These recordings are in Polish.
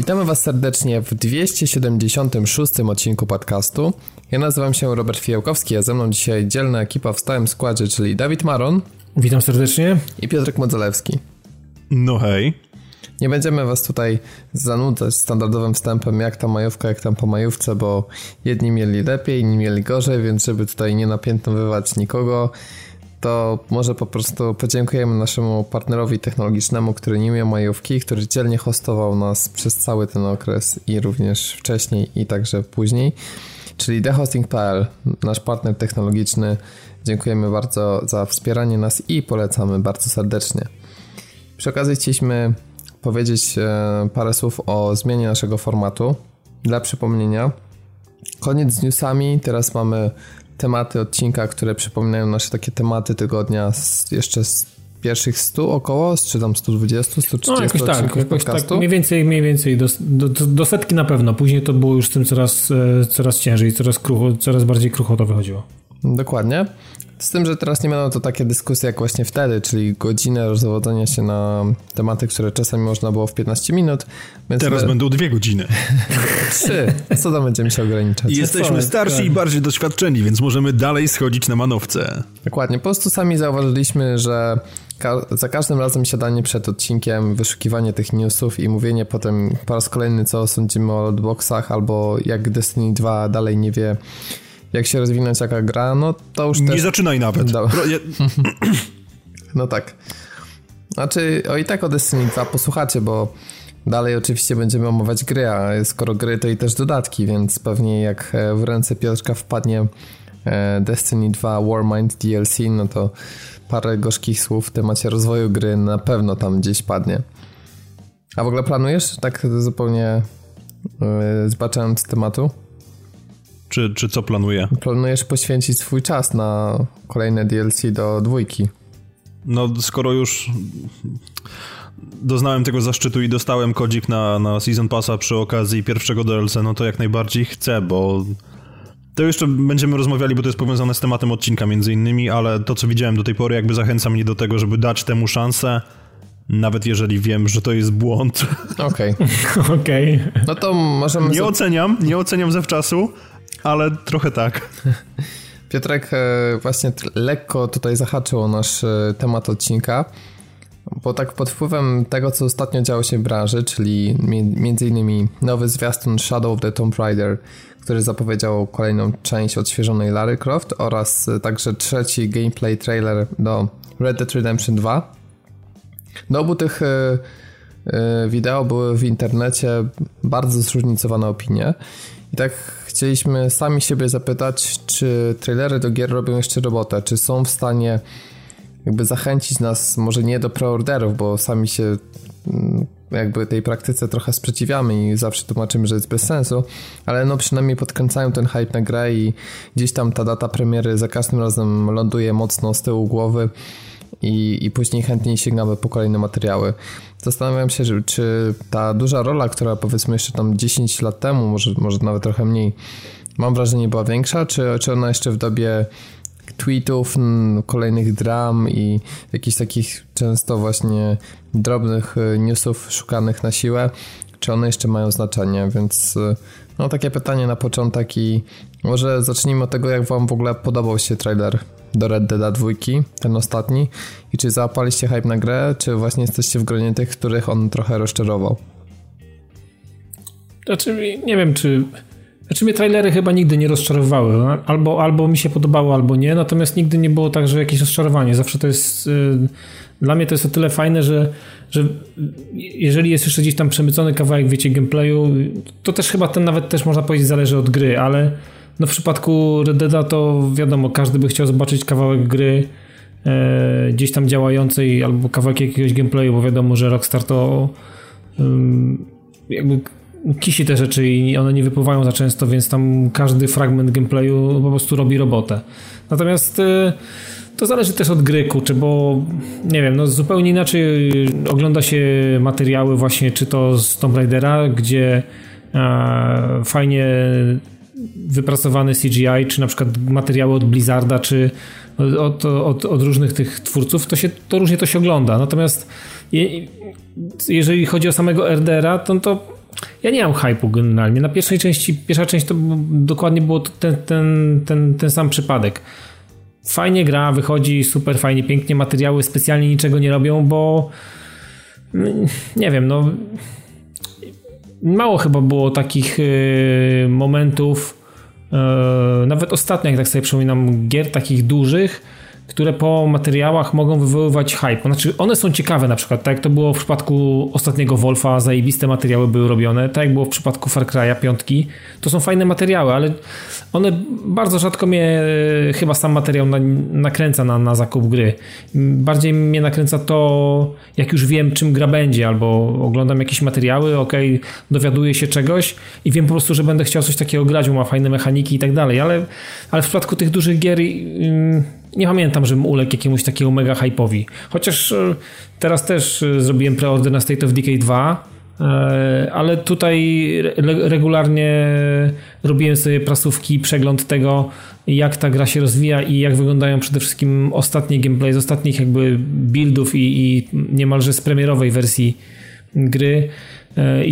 Witamy Was serdecznie w 276 odcinku podcastu. Ja nazywam się Robert Fijałkowski, a ze mną dzisiaj dzielna ekipa w stałym składzie, czyli Dawid Maron. Witam serdecznie. I Piotrek Modzelewski. No hej. Nie będziemy Was tutaj zanudzać standardowym wstępem, jak tam majówka, jak tam po majówce, bo jedni mieli lepiej, inni mieli gorzej, więc żeby tutaj nie napiętnowywać nikogo, to może po prostu podziękujemy naszemu partnerowi technologicznemu, który nie miał majówki, który dzielnie hostował nas przez cały ten okres i również wcześniej i także później, czyli thehosting.pl, nasz partner technologiczny. Dziękujemy bardzo za wspieranie nas i polecamy bardzo serdecznie. Przy okazji chcieliśmy powiedzieć parę słów o zmianie naszego formatu. Dla przypomnienia, koniec z newsami, teraz mamy tematy odcinka, które przypominają nasze takie tematy tygodnia jeszcze z pierwszych 100 około, czy tam 120, 130 odcinków podcastu. Tak, mniej więcej do setki na pewno. Później to było już z tym coraz ciężej, coraz bardziej krucho to wychodziło. Dokładnie. Z tym, że teraz nie będą to takie dyskusje jak właśnie wtedy, czyli godzinę rozwodzenia się na tematy, które czasami można było w 15 minut. Więc teraz będą 2 godziny. 3. Co tam będziemy się ograniczać? Jesteśmy starsi i bardziej doświadczeni, więc możemy dalej schodzić na manowce. Dokładnie. Po prostu sami zauważyliśmy, że za każdym razem siadanie przed odcinkiem, wyszukiwanie tych newsów i mówienie potem po raz kolejny, co sądzimy o lootboxach, albo jak Destiny 2 dalej nie wie, jak się rozwinąć jaka gra, no to już nie też... zaczynaj nawet. No tak. Znaczy, i tak o Destiny 2 posłuchacie, bo dalej oczywiście będziemy omawiać gry, a skoro gry, to i też dodatki, więc pewnie jak w ręce Piotrka wpadnie Destiny 2 Warmind DLC, no to parę gorzkich słów w temacie rozwoju gry na pewno tam gdzieś padnie. A w ogóle planujesz, tak zupełnie zbaczając tematu? Czy co planuję? Planujesz poświęcić swój czas na kolejne DLC do 2? No skoro już doznałem tego zaszczytu i dostałem kodzik na Season Passa przy okazji pierwszego DLC, no to jak najbardziej chcę, bo to jeszcze będziemy rozmawiali, bo to jest powiązane z tematem odcinka między innymi, ale to co widziałem do tej pory jakby zachęca mnie do tego, żeby dać temu szansę, nawet jeżeli wiem, że to jest błąd. Okej. No to możemy... Nie oceniam zawczasu, ale trochę tak. Piotrek właśnie lekko tutaj zahaczył o nasz temat odcinka, bo tak pod wpływem tego, co ostatnio działo się w branży, czyli między innymi nowy zwiastun Shadow of the Tomb Raider, który zapowiedział kolejną część odświeżonej Lara Croft, oraz także trzeci gameplay trailer do Red Dead Redemption 2. Do obu tych wideo były w internecie bardzo zróżnicowane opinie. I tak chcieliśmy sami siebie zapytać, czy trailery do gier robią jeszcze robotę, czy są w stanie jakby zachęcić nas, może nie do preorderów, bo sami się jakby tej praktyce trochę sprzeciwiamy i zawsze tłumaczymy, że jest bez sensu, ale no przynajmniej podkręcają ten hype na grę i gdzieś tam ta data premiery za każdym razem ląduje mocno z tyłu głowy i później chętniej sięgamy po kolejne materiały. Zastanawiam się, czy ta duża rola, która powiedzmy jeszcze tam 10 lat temu, może nawet trochę mniej, mam wrażenie była większa, czy ona jeszcze w dobie tweetów, kolejnych dram i jakichś takich często właśnie drobnych newsów szukanych na siłę, czy one jeszcze mają znaczenie, więc no takie pytanie na początek i może zacznijmy od tego, jak wam w ogóle podobał się trailer do Red Dead 2, ten ostatni, i czy załapaliście hype na grę, czy właśnie jesteście w gronie tych, których on trochę rozczarował? Znaczy, nie wiem, Znaczy mnie trailery chyba nigdy nie rozczarowały. Albo mi się podobało, albo nie. Natomiast nigdy nie było tak, że jakieś rozczarowanie. Zawsze to jest... Dla mnie to jest o tyle fajne, że jeżeli jest jeszcze gdzieś tam przemycony kawałek, wiecie, gameplayu, to też chyba ten nawet też można powiedzieć zależy od gry, ale no w przypadku Red Deada to wiadomo, każdy by chciał zobaczyć kawałek gry gdzieś tam działającej albo kawałek jakiegoś gameplayu, bo wiadomo, że Rockstar to jakby kisi te rzeczy i one nie wypływają za często, więc tam każdy fragment gameplayu po prostu robi robotę. Natomiast to zależy też od gry, bo nie wiem, no zupełnie inaczej ogląda się materiały właśnie, czy to z Tomb Raidera, gdzie fajnie wypracowany CGI, czy na przykład materiały od Blizzarda, czy od różnych tych twórców, to różnie to się ogląda. Natomiast jeżeli chodzi o samego RDR-a, to Ja nie mam hype'u generalnie. Na pierwsza część to dokładnie było ten sam przypadek. Fajnie gra, wychodzi super fajnie, pięknie, materiały specjalnie niczego nie robią, bo nie wiem, no mało chyba było takich momentów, nawet ostatnio, jak tak sobie przypominam, gier takich dużych, które po materiałach mogą wywoływać hype. Znaczy one są ciekawe na przykład, tak jak to było w przypadku ostatniego Wolfa, zajebiste materiały były robione, tak jak było w przypadku Far Cry'a 5. To są fajne materiały, ale one bardzo rzadko mnie chyba sam materiał nakręca na zakup gry. Bardziej mnie nakręca to, jak już wiem, czym gra będzie, albo oglądam jakieś materiały, dowiaduję się czegoś i wiem po prostu, że będę chciał coś takiego grać, bo ma fajne mechaniki i tak dalej, ale w przypadku tych dużych gier nie pamiętam, żebym uległ jakiemuś takiemu mega hype'owi. Chociaż teraz też zrobiłem preorder na State of Decay 2, ale tutaj regularnie robiłem sobie prasówki, przegląd tego, jak ta gra się rozwija i jak wyglądają przede wszystkim ostatnie gameplay z ostatnich jakby buildów i niemalże z premierowej wersji gry. I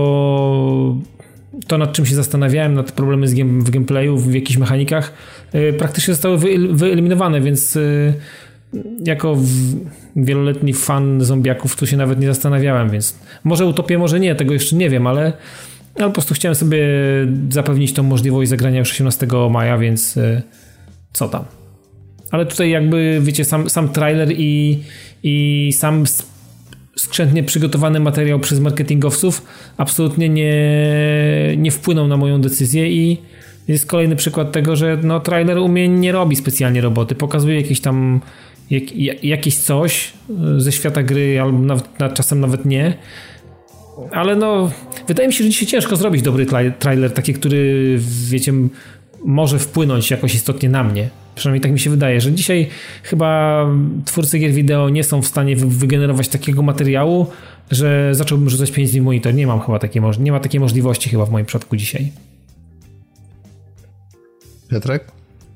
to nad czym się zastanawiałem, nad problemy w gameplayu, w jakichś mechanikach, praktycznie zostały wyeliminowane, więc jako wieloletni fan zombiaków tu się nawet nie zastanawiałem, więc może utopię, może nie, tego jeszcze nie wiem, ale po prostu chciałem sobie zapewnić tą możliwość zagrania już 18 maja, więc co tam. Ale tutaj jakby, wiecie, sam trailer i sam skrzętnie przygotowany materiał przez marketingowców absolutnie nie wpłynął na moją decyzję i jest kolejny przykład tego, że no, trailer u mnie nie robi specjalnie roboty. Pokazuje jakieś tam jakieś coś ze świata gry, albo czasem nawet nie. Ale no, wydaje mi się, że dzisiaj ciężko zrobić dobry trailer, taki, który, wiecie, może wpłynąć jakoś istotnie na mnie. Przynajmniej tak mi się wydaje, że dzisiaj chyba twórcy gier wideo nie są w stanie wygenerować takiego materiału, że zacząłbym rzucać pieniędzmi w monitor. Nie ma takiej możliwości chyba w moim przypadku dzisiaj. Piotrek?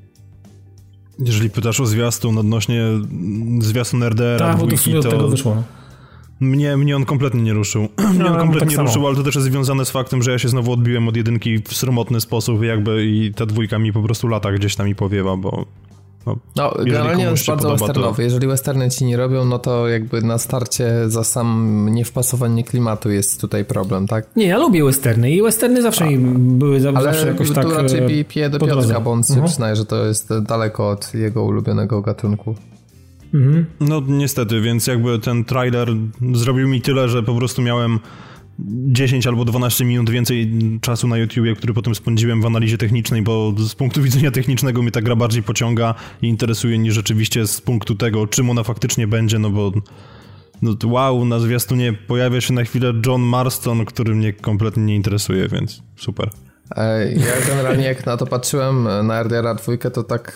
Jeżeli pytasz o zwiastun odnośnie zwiastun RDR-a dwójki, to tego wyszło. No. Mnie on kompletnie nie ruszył. Ale to też jest związane z faktem, że ja się znowu odbiłem od jedynki w sromotny sposób jakby i ta dwójka mi po prostu lata gdzieś tam i powiewa, bo generalnie jest bardzo westernowy. To... Jeżeli westerny ci nie robią, no to jakby na starcie za sam niewpasowanie klimatu jest tutaj problem, tak? Nie, ja lubię westerny i westerny zawsze były zawsze jakoś tak. Ale tu raczej pije do Piotrka, bo on się przyznaje, że to jest daleko od jego ulubionego gatunku. Mhm. No niestety, więc jakby ten trailer zrobił mi tyle, że po prostu miałem 10 albo 12 minut więcej czasu na YouTubie, który potem spędziłem w analizie technicznej, bo z punktu widzenia technicznego mnie ta gra bardziej pociąga i interesuje niż rzeczywiście z punktu tego, czym ona faktycznie będzie, no bo wow, na zwiastunie pojawia się na chwilę John Marston, który mnie kompletnie nie interesuje, więc super. Ja generalnie jak na to patrzyłem, na RDR 2, to tak...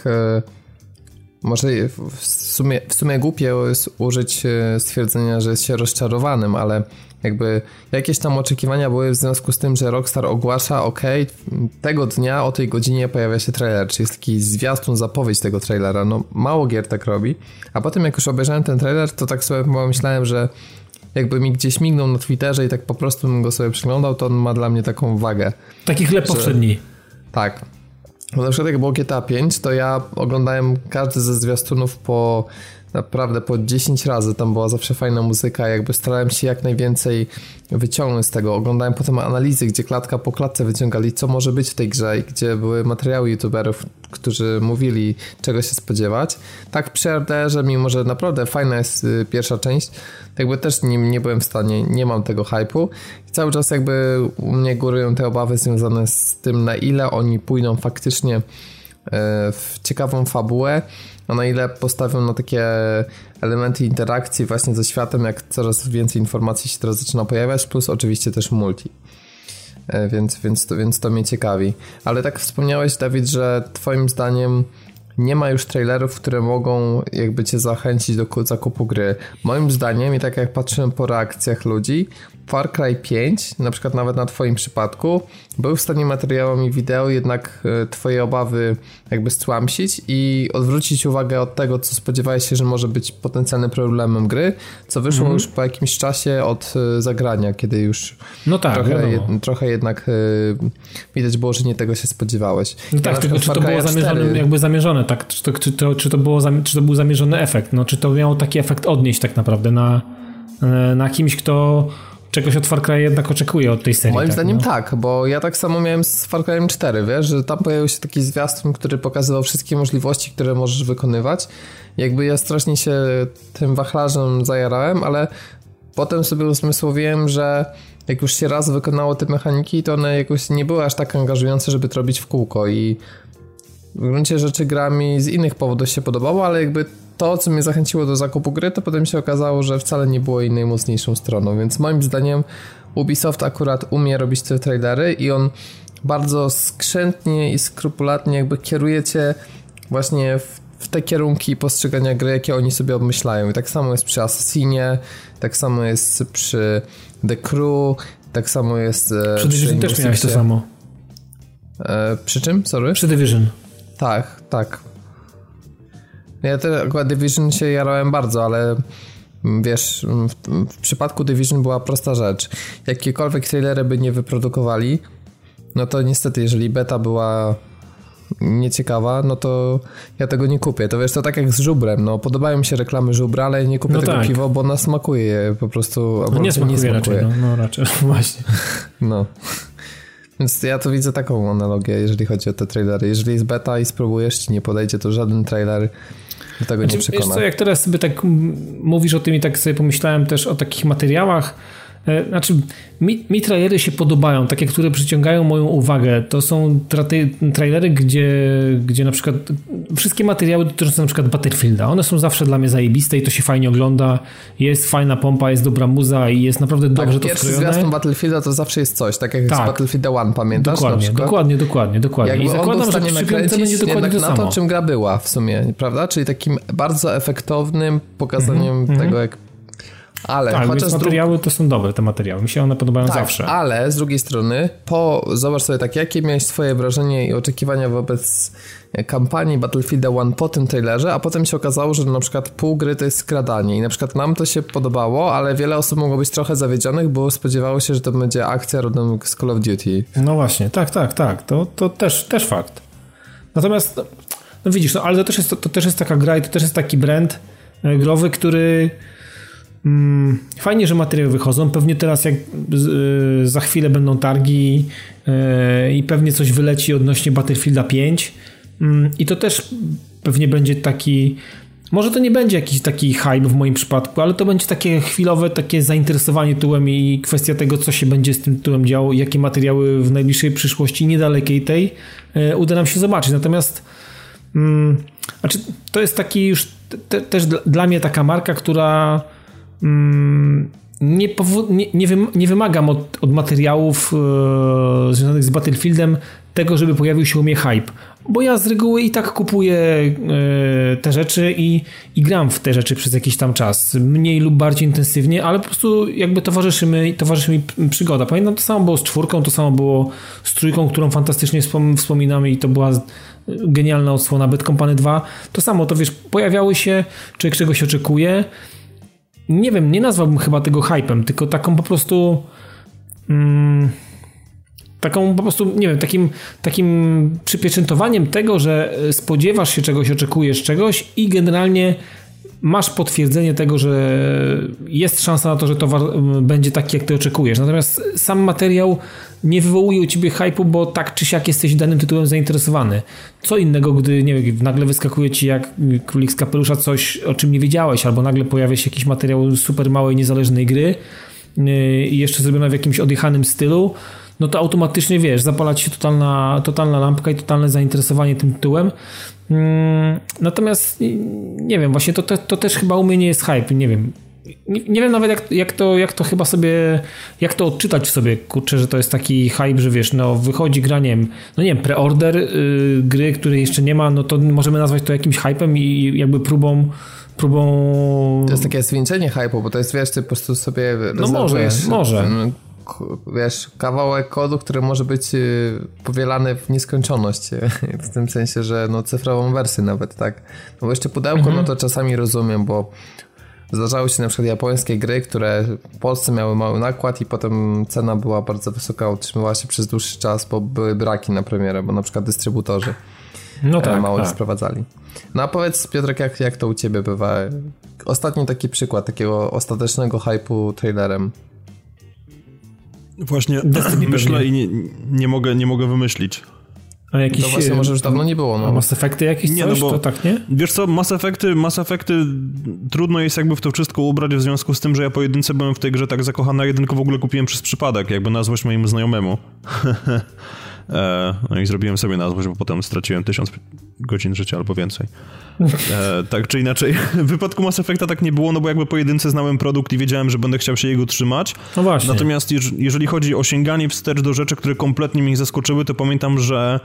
Może w sumie głupie jest użyć stwierdzenia, że jest się rozczarowanym, ale jakby jakieś tam oczekiwania były w związku z tym, że Rockstar ogłasza, tego dnia o tej godzinie pojawia się trailer, czy jest taki zwiastun, zapowiedź tego trailera. No mało gier tak robi, a potem jak już obejrzałem ten trailer, to tak sobie pomyślałem, że jakby mi gdzieś mignął na Twitterze i tak po prostu bym go sobie przyglądał, to on ma dla mnie taką wagę. Taki chleb powszedni. Tak. Bo na przykład jak było GTA 5, to ja oglądałem każdy ze zwiastunów naprawdę po 10 razy, tam była zawsze fajna muzyka, jakby starałem się jak najwięcej wyciągnąć z tego. Oglądałem potem analizy, gdzie klatka po klatce wyciągali, co może być w tej grze i gdzie były materiały youtuberów, którzy mówili, czego się spodziewać. Tak przy RDR-ze, mimo że naprawdę fajna jest pierwsza część, jakby też nie byłem w stanie, nie mam tego hype'u i cały czas jakby u mnie górują te obawy związane z tym, na ile oni pójdą faktycznie w ciekawą fabułę, a na ile postawią na takie elementy interakcji właśnie ze światem, jak coraz więcej informacji się teraz zaczyna pojawiać, plus oczywiście też multi. Więc to mnie ciekawi. Ale tak wspomniałeś, Dawid, że twoim zdaniem nie ma już trailerów, które mogą jakby cię zachęcić do zakupu gry. Moim zdaniem, i tak jak patrzyłem po reakcjach ludzi, Far Cry 5, na przykład nawet na twoim przypadku, był w stanie materiałami wideo jednak twoje obawy jakby stłamsić i odwrócić uwagę od tego, co spodziewałeś się, że może być potencjalnym problemem gry, co wyszło już po jakimś czasie od zagrania, kiedy już trochę jednak widać było, że nie tego się spodziewałeś. No tak, tylko czy to było zamierzone, tak? Czy to był zamierzony efekt? No, czy to miało taki efekt odnieść tak naprawdę na kimś, kto czegoś od Far Cry jednak oczekuje od tej serii. Moim zdaniem tak, bo ja tak samo miałem z Far Cry'em 4, wiesz, że tam pojawił się taki zwiastun, który pokazywał wszystkie możliwości, które możesz wykonywać. Jakby ja strasznie się tym wachlarzem zajarałem, ale potem sobie uzmysłowiłem, że jak już się raz wykonało te mechaniki, to one jakoś nie były aż tak angażujące, żeby to robić w kółko i w gruncie rzeczy gra mi z innych powodów się podobało, ale jakby to, co mnie zachęciło do zakupu gry, to potem się okazało, że wcale nie było jej najmocniejszą stroną, więc moim zdaniem Ubisoft akurat umie robić te trailery i on bardzo skrzętnie i skrupulatnie jakby kieruje cię właśnie w te kierunki postrzegania gry, jakie oni sobie obmyślają. I tak samo jest przy Assassinie, tak samo jest przy The Crew, tak samo jest przy Division też miałeś to samo. Przy czym? Sorry? Przy Division. Tak. Ja też akurat Division się jarałem bardzo, ale wiesz, w przypadku Division była prosta rzecz. Jakiekolwiek trailery by nie wyprodukowali, no to niestety, jeżeli beta była nieciekawa, no to ja tego nie kupię. To wiesz, to tak jak z żubrem, no podobają mi się reklamy żubra, ale nie kupię tego piwa, bo ona smakuje je po prostu. No nie smakuje raczej, no raczej, właśnie. No. Więc ja to widzę taką analogię, jeżeli chodzi o te trailery. Jeżeli jest beta i spróbujesz, ci nie podejdzie, to żaden trailer do tego nie przekona. Wiesz co, jak teraz sobie tak mówisz o tym i tak sobie pomyślałem też o takich materiałach, znaczy mi trailery się podobają, takie, które przyciągają moją uwagę. To są trailery, gdzie na przykład wszystkie materiały dotyczące na przykład Battlefielda, one są zawsze dla mnie zajebiste i to się fajnie ogląda, jest fajna pompa, jest dobra muza i jest naprawdę dobrze to wkrojone. Pierwszy zwiastun Battlefielda to zawsze jest coś, tak jak z Battlefielda 1, pamiętasz? Dokładnie. Jakby I zakładam, że przy piątce będzie dokładnie to samo. Na to, czym gra była w sumie, prawda? Czyli takim bardzo efektownym pokazaniem tego, jak ale tak, chociaż materiały to są dobre, te materiały. Mi się one podobają zawsze. Ale z drugiej strony, zobacz sobie tak, jakie miałeś swoje wrażenie i oczekiwania wobec kampanii Battlefielda 1 po tym trailerze, a potem się okazało, że na przykład pół gry to jest skradanie i na przykład nam to się podobało, ale wiele osób mogło być trochę zawiedzionych, bo spodziewało się, że to będzie akcja rodem z Call of Duty. No właśnie, tak. To też fakt. Natomiast, no widzisz, no ale to też jest taka gra i to też jest taki brand growy, który fajnie, że materiały wychodzą. Pewnie teraz jak za chwilę będą targi i pewnie coś wyleci odnośnie Battlefielda 5 i to też pewnie będzie taki, może to nie będzie jakiś taki hype w moim przypadku, ale to będzie takie chwilowe takie zainteresowanie tytułem i kwestia tego, co się będzie z tym tytułem działo i jakie materiały w najbliższej przyszłości, niedalekiej tej, uda nam się zobaczyć. Natomiast znaczy, to jest taki już też dla mnie taka marka, która nie wymagam od materiałów związanych z Battlefieldem tego, żeby pojawił się u mnie hype, bo ja z reguły i tak kupuję te rzeczy i gram w te rzeczy przez jakiś tam czas, mniej lub bardziej intensywnie, ale po prostu jakby towarzyszy mi przygoda. Pamiętam, to samo było z 4, to samo było z 3, którą fantastycznie wspominamy i to była genialna odsłona Bad Company 2. To samo, to wiesz, pojawiały się, człowiek czegoś oczekuje. Nie wiem, nie nazwałbym chyba tego hypem, tylko taką po prostu nie wiem, takim przypieczętowaniem tego, że spodziewasz się czegoś, oczekujesz czegoś i generalnie masz potwierdzenie tego, że jest szansa na to, że towar będzie taki, jak ty oczekujesz. Natomiast sam materiał nie wywołuje u ciebie hype'u, bo tak czy siak jesteś danym tytułem zainteresowany. Co innego, gdy nie wiem, nagle wyskakuje ci jak królik z kapelusza coś, o czym nie wiedziałeś, albo nagle pojawia się jakiś materiał super małej, niezależnej gry i jeszcze zrobiona w jakimś odjechanym stylu, no to automatycznie, wiesz, zapala ci się totalna lampka i totalne zainteresowanie tym tytułem. Natomiast nie wiem, właśnie to też chyba u mnie nie jest hype, nie wiem. nie wiem nawet jak to chyba sobie, jak to odczytać w sobie, kurczę, że to jest taki hype, że wiesz, no wychodzi gra, nie wiem, preorder gry, której jeszcze nie ma, no to możemy nazwać to jakimś hypem i jakby próbą... To jest takie zwieńczenie hype'u, bo to jest, wiesz, ty po prostu sobie... No może. Wiesz, kawałek kodu, który może być powielany w nieskończoność, w tym sensie, że no cyfrową wersję nawet, tak. No bo jeszcze pudełko, no to czasami rozumiem, bo zdarzały się na przykład japońskie gry, które w Polsce miały mały nakład i potem cena była bardzo wysoka, utrzymywała się przez dłuższy czas, bo były braki na premierę, bo na przykład dystrybutorzy mało ich sprowadzali. No a powiedz, Piotrek, jak to u ciebie bywa? Ostatni taki przykład takiego ostatecznego hype'u trailerem. Właśnie myślę i nie mogę wymyślić. A jakiś, to właśnie może już dawno nie było. No. Mass Effecty jakieś coś? No bo, to tak, nie? Wiesz co, Mass Effecty trudno jest jakby w to wszystko ubrać w związku z tym, że ja po jedynce byłem w tej grze tak zakochany, a jedynkę w ogóle kupiłem przez przypadek, jakby na złość mojemu znajomemu. No i zrobiłem sobie na złość, bo potem straciłem 1000 godzin życia albo więcej. Tak czy inaczej, w wypadku Mass Effecta tak nie było, no bo jakby po jedynce znałem produkt i wiedziałem, że będę chciał się jego trzymać. No właśnie. Natomiast jeżeli chodzi o sięganie wstecz do rzeczy, które kompletnie mnie zaskoczyły, to pamiętam, że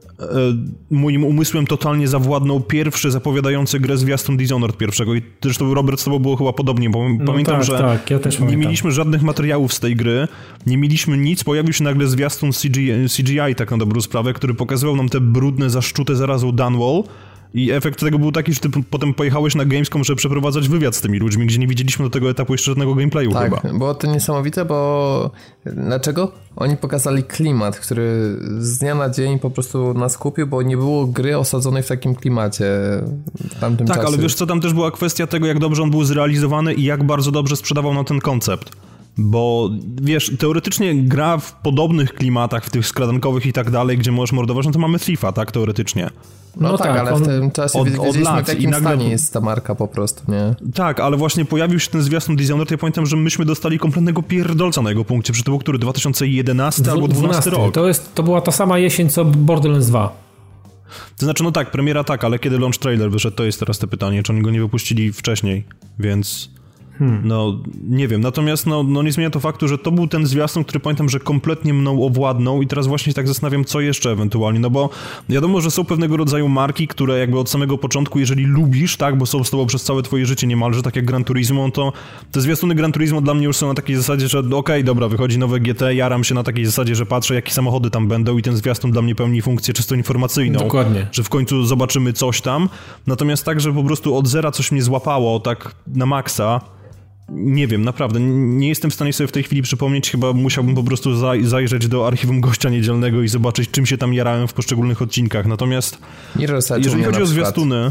moim umysłem totalnie zawładnął pierwszy zapowiadający grę zwiastun Dishonored pierwszego i zresztą Robert z tobą było chyba podobnie, bo pamiętam, że ja też nie mieliśmy żadnych materiałów z tej gry, nie mieliśmy nic, pojawił się nagle zwiastun CGI tak na dobrą sprawę, który pokazywał nam te brudne, zaszczute zarazą Dunwall i efekt tego był taki, że ty potem pojechałeś na Gamescom, żeby przeprowadzać wywiad z tymi ludźmi, gdzie nie widzieliśmy do tego etapu jeszcze żadnego gameplayu chyba. Tak, było to niesamowite, bo dlaczego? Oni pokazali klimat, który z dnia na dzień po prostu nas kupił, bo nie było gry osadzonej w takim klimacie w tamtym czasie. Tak, ale wiesz co, tam też była kwestia tego, jak dobrze on był zrealizowany i jak bardzo dobrze sprzedawał nam ten koncept. Bo wiesz, teoretycznie gra w podobnych klimatach, w tych skradankowych i tak dalej, gdzie możesz mordować, no to mamy Thiefa, tak, teoretycznie. No tak, ale w tym czasie wiedzieliśmy, w jakim stanie jest ta marka po prostu, nie? Tak, ale właśnie pojawił się ten zwiastun Dishonored, ja pamiętam, że myśmy dostali kompletnego pierdolca na jego punkcie, przy to był który? 2011 albo 2012 rok. To była ta sama jesień, co Borderlands 2. To znaczy, no tak, premiera tak, ale kiedy launch trailer wyszedł, to jest teraz to pytanie, czy oni go nie wypuścili wcześniej, więc... No, nie wiem, natomiast no nie zmienia to faktu, że to był ten zwiastun, który pamiętam, że kompletnie mną owładnął i teraz właśnie tak zastanawiam, co jeszcze ewentualnie, no bo wiadomo, że są pewnego rodzaju marki, które jakby od samego początku, jeżeli lubisz, tak, bo są z tobą przez całe twoje życie niemalże, tak jak Gran Turismo, to te zwiastuny Gran Turismo dla mnie już są na takiej zasadzie, że okej, dobra, wychodzi nowe GT, jaram się na takiej zasadzie, że patrzę, jakie samochody tam będą i ten zwiastun dla mnie pełni funkcję czysto informacyjną. Dokładnie. Że w końcu zobaczymy coś tam, natomiast tak, że po prostu od zera coś mnie złapało, tak na maksa. Nie wiem, naprawdę, nie jestem w stanie sobie w tej chwili przypomnieć, chyba musiałbym po prostu zajrzeć do archiwum gościa niedzielnego i zobaczyć, czym się tam jarałem w poszczególnych odcinkach, natomiast jeżeli chodzi o zwiastuny...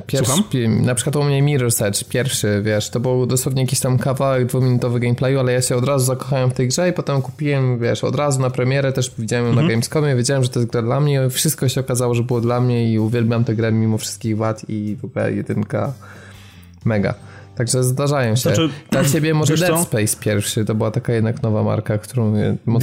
Na przykład u mnie Mirror's Edge, pierwszy, wiesz, to był dosłownie jakiś tam kawałek 2-minutowy gameplayu, ale ja się od razu zakochałem w tej grze i potem kupiłem, wiesz, od razu na premierę, też widziałem ją na Gamescomie, wiedziałem, że to jest gra dla mnie, wszystko się okazało, że było dla mnie i uwielbiam tę grę mimo wszystkich wad i w ogóle jedynka mega. Także zdarzają się. Znaczy, dla ciebie może Dead Space pierwszy, to była taka jednak nowa marka, którą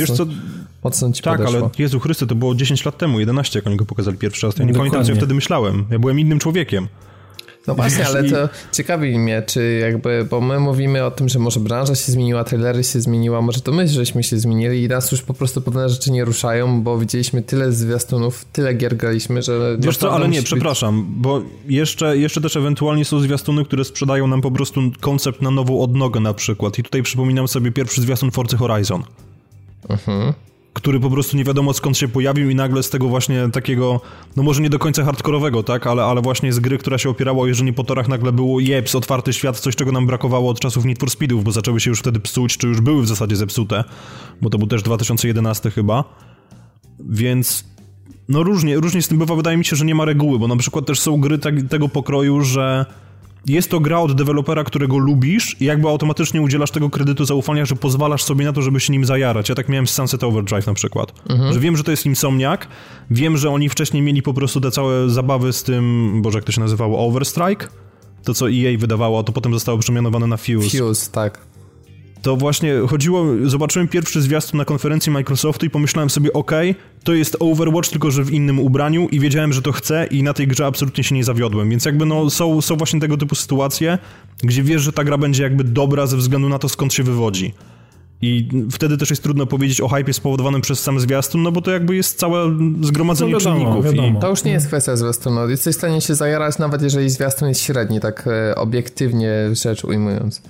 mocno ci tak, podeszło. Ale Jezu Chryste, to było 10 lat temu, 11, jak oni go pokazali pierwszy raz. Ja nie pamiętam, co ja wtedy myślałem. Ja byłem innym człowiekiem. No właśnie, ale to ciekawi mnie, czy jakby, bo my mówimy o tym, że może branża się zmieniła, trailery się zmieniła, może to my żeśmy się zmienili i nas już po prostu pewne rzeczy nie ruszają, bo widzieliśmy tyle zwiastunów, tyle gier graliśmy, że... Wiesz co, ale nie, przepraszam, bo jeszcze też ewentualnie są zwiastuny, które sprzedają nam po prostu koncept na nową odnogę na przykład i tutaj przypominam sobie pierwszy zwiastun Forza Horizon. Który po prostu nie wiadomo skąd się pojawił i nagle z tego właśnie takiego, no może nie do końca hardkorowego, tak, ale właśnie z gry, która się opierała o jeżdżenie po torach, nagle było jeps, otwarty świat, coś czego nam brakowało od czasów Need for Speedów, bo zaczęły się już wtedy psuć, czy już były w zasadzie zepsute, bo to był też 2011 chyba, więc no różnie z tym bywa, wydaje mi się, że nie ma reguły, bo na przykład też są gry tego pokroju, że jest to gra od dewelopera, którego lubisz i jakby automatycznie udzielasz tego kredytu zaufania, że pozwalasz sobie na to, żeby się nim zajarać. Ja tak miałem z Sunset Overdrive na przykład. Że wiem, że to jest Insomniac, wiem, że oni wcześniej mieli po prostu te całe zabawy z tym, Boże, jak to się nazywało, Overstrike? To, co EA wydawało, to potem zostało przemianowane na Fuse. Fuse, tak. To właśnie chodziło, zobaczyłem pierwszy zwiastun na konferencji Microsoftu i pomyślałem sobie, okej, to jest Overwatch, tylko że w innym ubraniu i wiedziałem, że to chcę i na tej grze absolutnie się nie zawiodłem, więc jakby no są właśnie tego typu sytuacje, gdzie wiesz, że ta gra będzie jakby dobra ze względu na to, skąd się wywodzi. I wtedy też jest trudno powiedzieć o hypie spowodowanym przez sam zwiastun, no bo to jakby jest całe zgromadzenie czynników. Wiadomo. To już nie jest kwestia zwiastunu. Jesteś w stanie się zajarać, nawet jeżeli zwiastun jest średni, tak obiektywnie rzecz ujmując.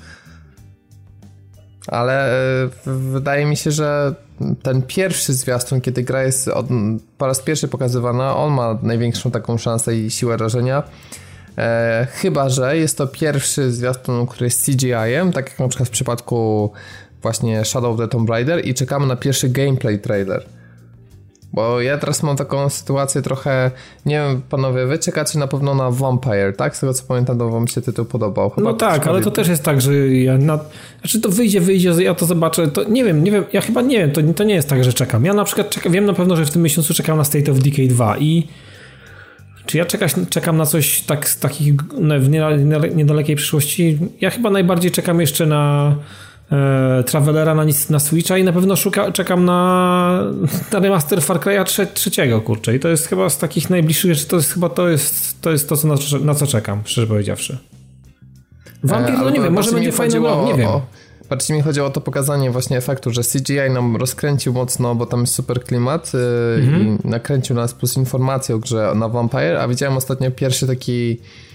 Ale wydaje mi się, że ten pierwszy zwiastun, kiedy gra jest po raz pierwszy pokazywana, on ma największą taką szansę i siłę rażenia. Chyba że jest to pierwszy zwiastun, który jest CGI-em, tak jak na przykład w przypadku właśnie Shadow of the Tomb Raider i czekamy na pierwszy gameplay trailer. Bo ja teraz mam taką sytuację trochę, nie wiem, panowie, wy czekacie na pewno na Vampire, tak? Z tego co pamiętam, to wam się tytuł podobał. Chyba no tak, ale to też jest tak, że znaczy to wyjdzie, ja to zobaczę, to nie wiem, ja chyba nie wiem, to nie jest tak, że czekam. Ja na przykład wiem na pewno, że w tym miesiącu czekam na State of Decay 2 i czy ja czekam na coś tak z takich w niedalekiej przyszłości? Ja chyba najbardziej czekam jeszcze na Travelera na Switcha i na pewno czekam na remaster Far Cry'a 3, kurczę. I to jest chyba z takich najbliższych rzeczy, to jest to, na co czekam, szczerze powiedziawszy. Vampir, no nie wiem, może będzie fajny, nie wiem. Bardziej mi chodziło o to pokazanie właśnie efektu, że CGI nam rozkręcił mocno, bo tam jest super klimat i nakręcił nas plus informację o grze na Vampire, a widziałem ostatnio pierwszy taki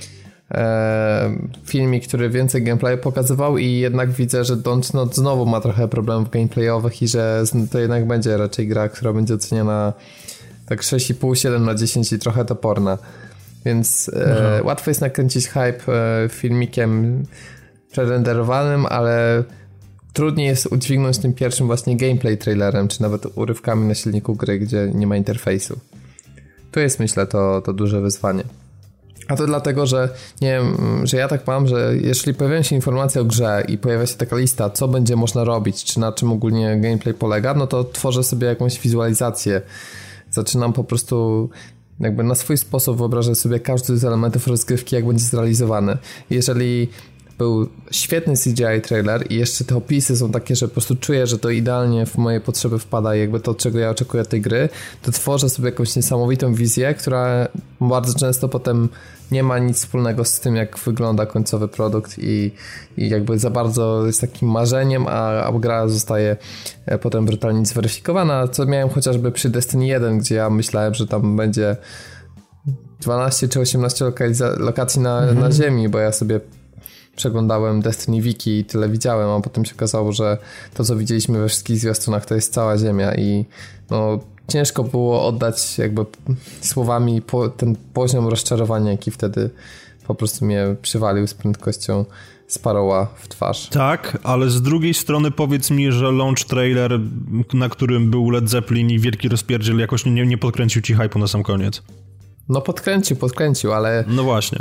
filmik, który więcej gameplayu pokazywał i jednak widzę, że Dontnod znowu ma trochę problemów gameplayowych i że to jednak będzie raczej gra, która będzie oceniana tak 6,5, 7 na 10 i trochę toporna. Więc łatwo jest nakręcić hype filmikiem prerenderowanym, ale trudniej jest udźwignąć tym pierwszym właśnie gameplay trailerem, czy nawet urywkami na silniku gry, gdzie nie ma interfejsu. Tu jest, myślę, to duże wyzwanie. A to dlatego, że nie wiem, że ja tak mam, że jeśli pojawiają się informacje o grze i pojawia się taka lista, co będzie można robić, czy na czym ogólnie gameplay polega, no to tworzę sobie jakąś wizualizację. Zaczynam po prostu jakby na swój sposób wyobrażać sobie każdy z elementów rozgrywki, jak będzie zrealizowany. Jeżeli był świetny CGI trailer i jeszcze te opisy są takie, że po prostu czuję, że to idealnie w moje potrzeby wpada i jakby to, czego ja oczekuję od tej gry, to tworzę sobie jakąś niesamowitą wizję, która bardzo często potem nie ma nic wspólnego z tym, jak wygląda końcowy produkt i jakby za bardzo jest takim marzeniem, a gra zostaje potem brutalnie zweryfikowana, co miałem chociażby przy Destiny 1, gdzie ja myślałem, że tam będzie 12 czy 18 lokacji na ziemi, bo ja sobie przeglądałem Destiny Wiki i tyle widziałem, a potem się okazało, że to, co widzieliśmy we wszystkich zwiastunach, to jest cała ziemia i no, ciężko było oddać jakby słowami ten poziom rozczarowania, jaki wtedy po prostu mnie przywalił z prędkością Sparrowa w twarz. Tak, ale z drugiej strony powiedz mi, że launch trailer, na którym był Led Zeppelin i wielki rozpierdziel, jakoś nie podkręcił ci hype'u na sam koniec. No podkręcił, ale... No właśnie.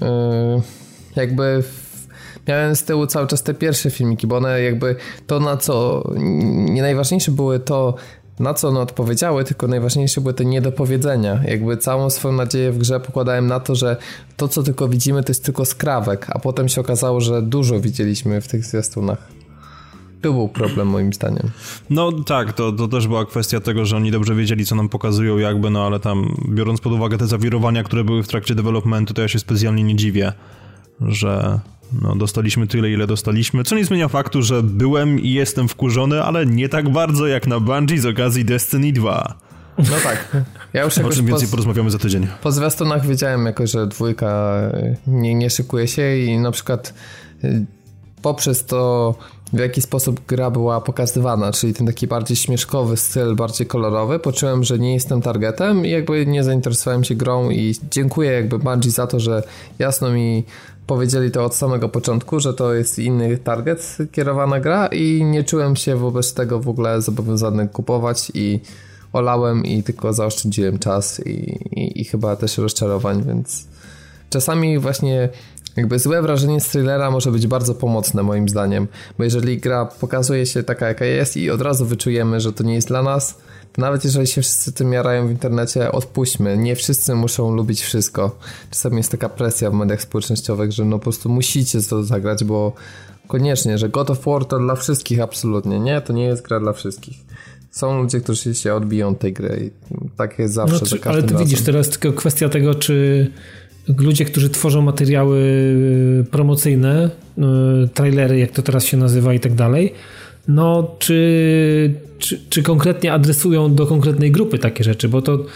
Jakby miałem z tyłu cały czas te pierwsze filmiki, bo one jakby to, na co nie najważniejsze były to, na co one odpowiedziały, tylko najważniejsze były te niedopowiedzenia. Jakby całą swoją nadzieję w grze pokładałem na to, że to, co tylko widzimy, to jest tylko skrawek, a potem się okazało, że dużo widzieliśmy w tych zwiastunach. To był problem moim zdaniem. No tak, to też była kwestia tego, że oni dobrze wiedzieli, co nam pokazują jakby, no ale tam biorąc pod uwagę te zawirowania, które były w trakcie developmentu, to ja się specjalnie nie dziwię, że no, dostaliśmy tyle, ile dostaliśmy, co nie zmienia faktu, że byłem i jestem wkurzony, ale nie tak bardzo jak na Bungie z okazji Destiny 2. No tak. Ja już o czym więcej porozmawiamy za tydzień. Po zwiastunach wiedziałem jakoś, że dwójka nie szykuje się i na przykład poprzez to, w jaki sposób gra była pokazywana, czyli ten taki bardziej śmieszkowy styl, bardziej kolorowy, poczułem, że nie jestem targetem i jakby nie zainteresowałem się grą i dziękuję jakby Bungie za to, że jasno mi powiedzieli to od samego początku, że to jest inny target kierowana gra i nie czułem się wobec tego w ogóle zobowiązany kupować i olałem i tylko zaoszczędziłem czas i chyba też rozczarowań, więc czasami właśnie jakby złe wrażenie z thrillera może być bardzo pomocne moim zdaniem, bo jeżeli gra pokazuje się taka jaka jest i od razu wyczujemy, że to nie jest dla nas, to nawet jeżeli się wszyscy tym jarają w internecie, odpuśćmy, nie wszyscy muszą lubić wszystko. Czasami jest taka presja w mediach społecznościowych, że no po prostu musicie to zagrać, bo koniecznie, że God of War to dla wszystkich absolutnie, nie? To nie jest gra dla wszystkich. Są ludzie, którzy się odbiją od tej gry i tak jest zawsze. Ale ty widzisz, teraz tylko kwestia tego, czy ludzie, którzy tworzą materiały promocyjne, trailery, jak to teraz się nazywa i tak dalej, no czy konkretnie adresują do konkretnej grupy takie rzeczy, bo to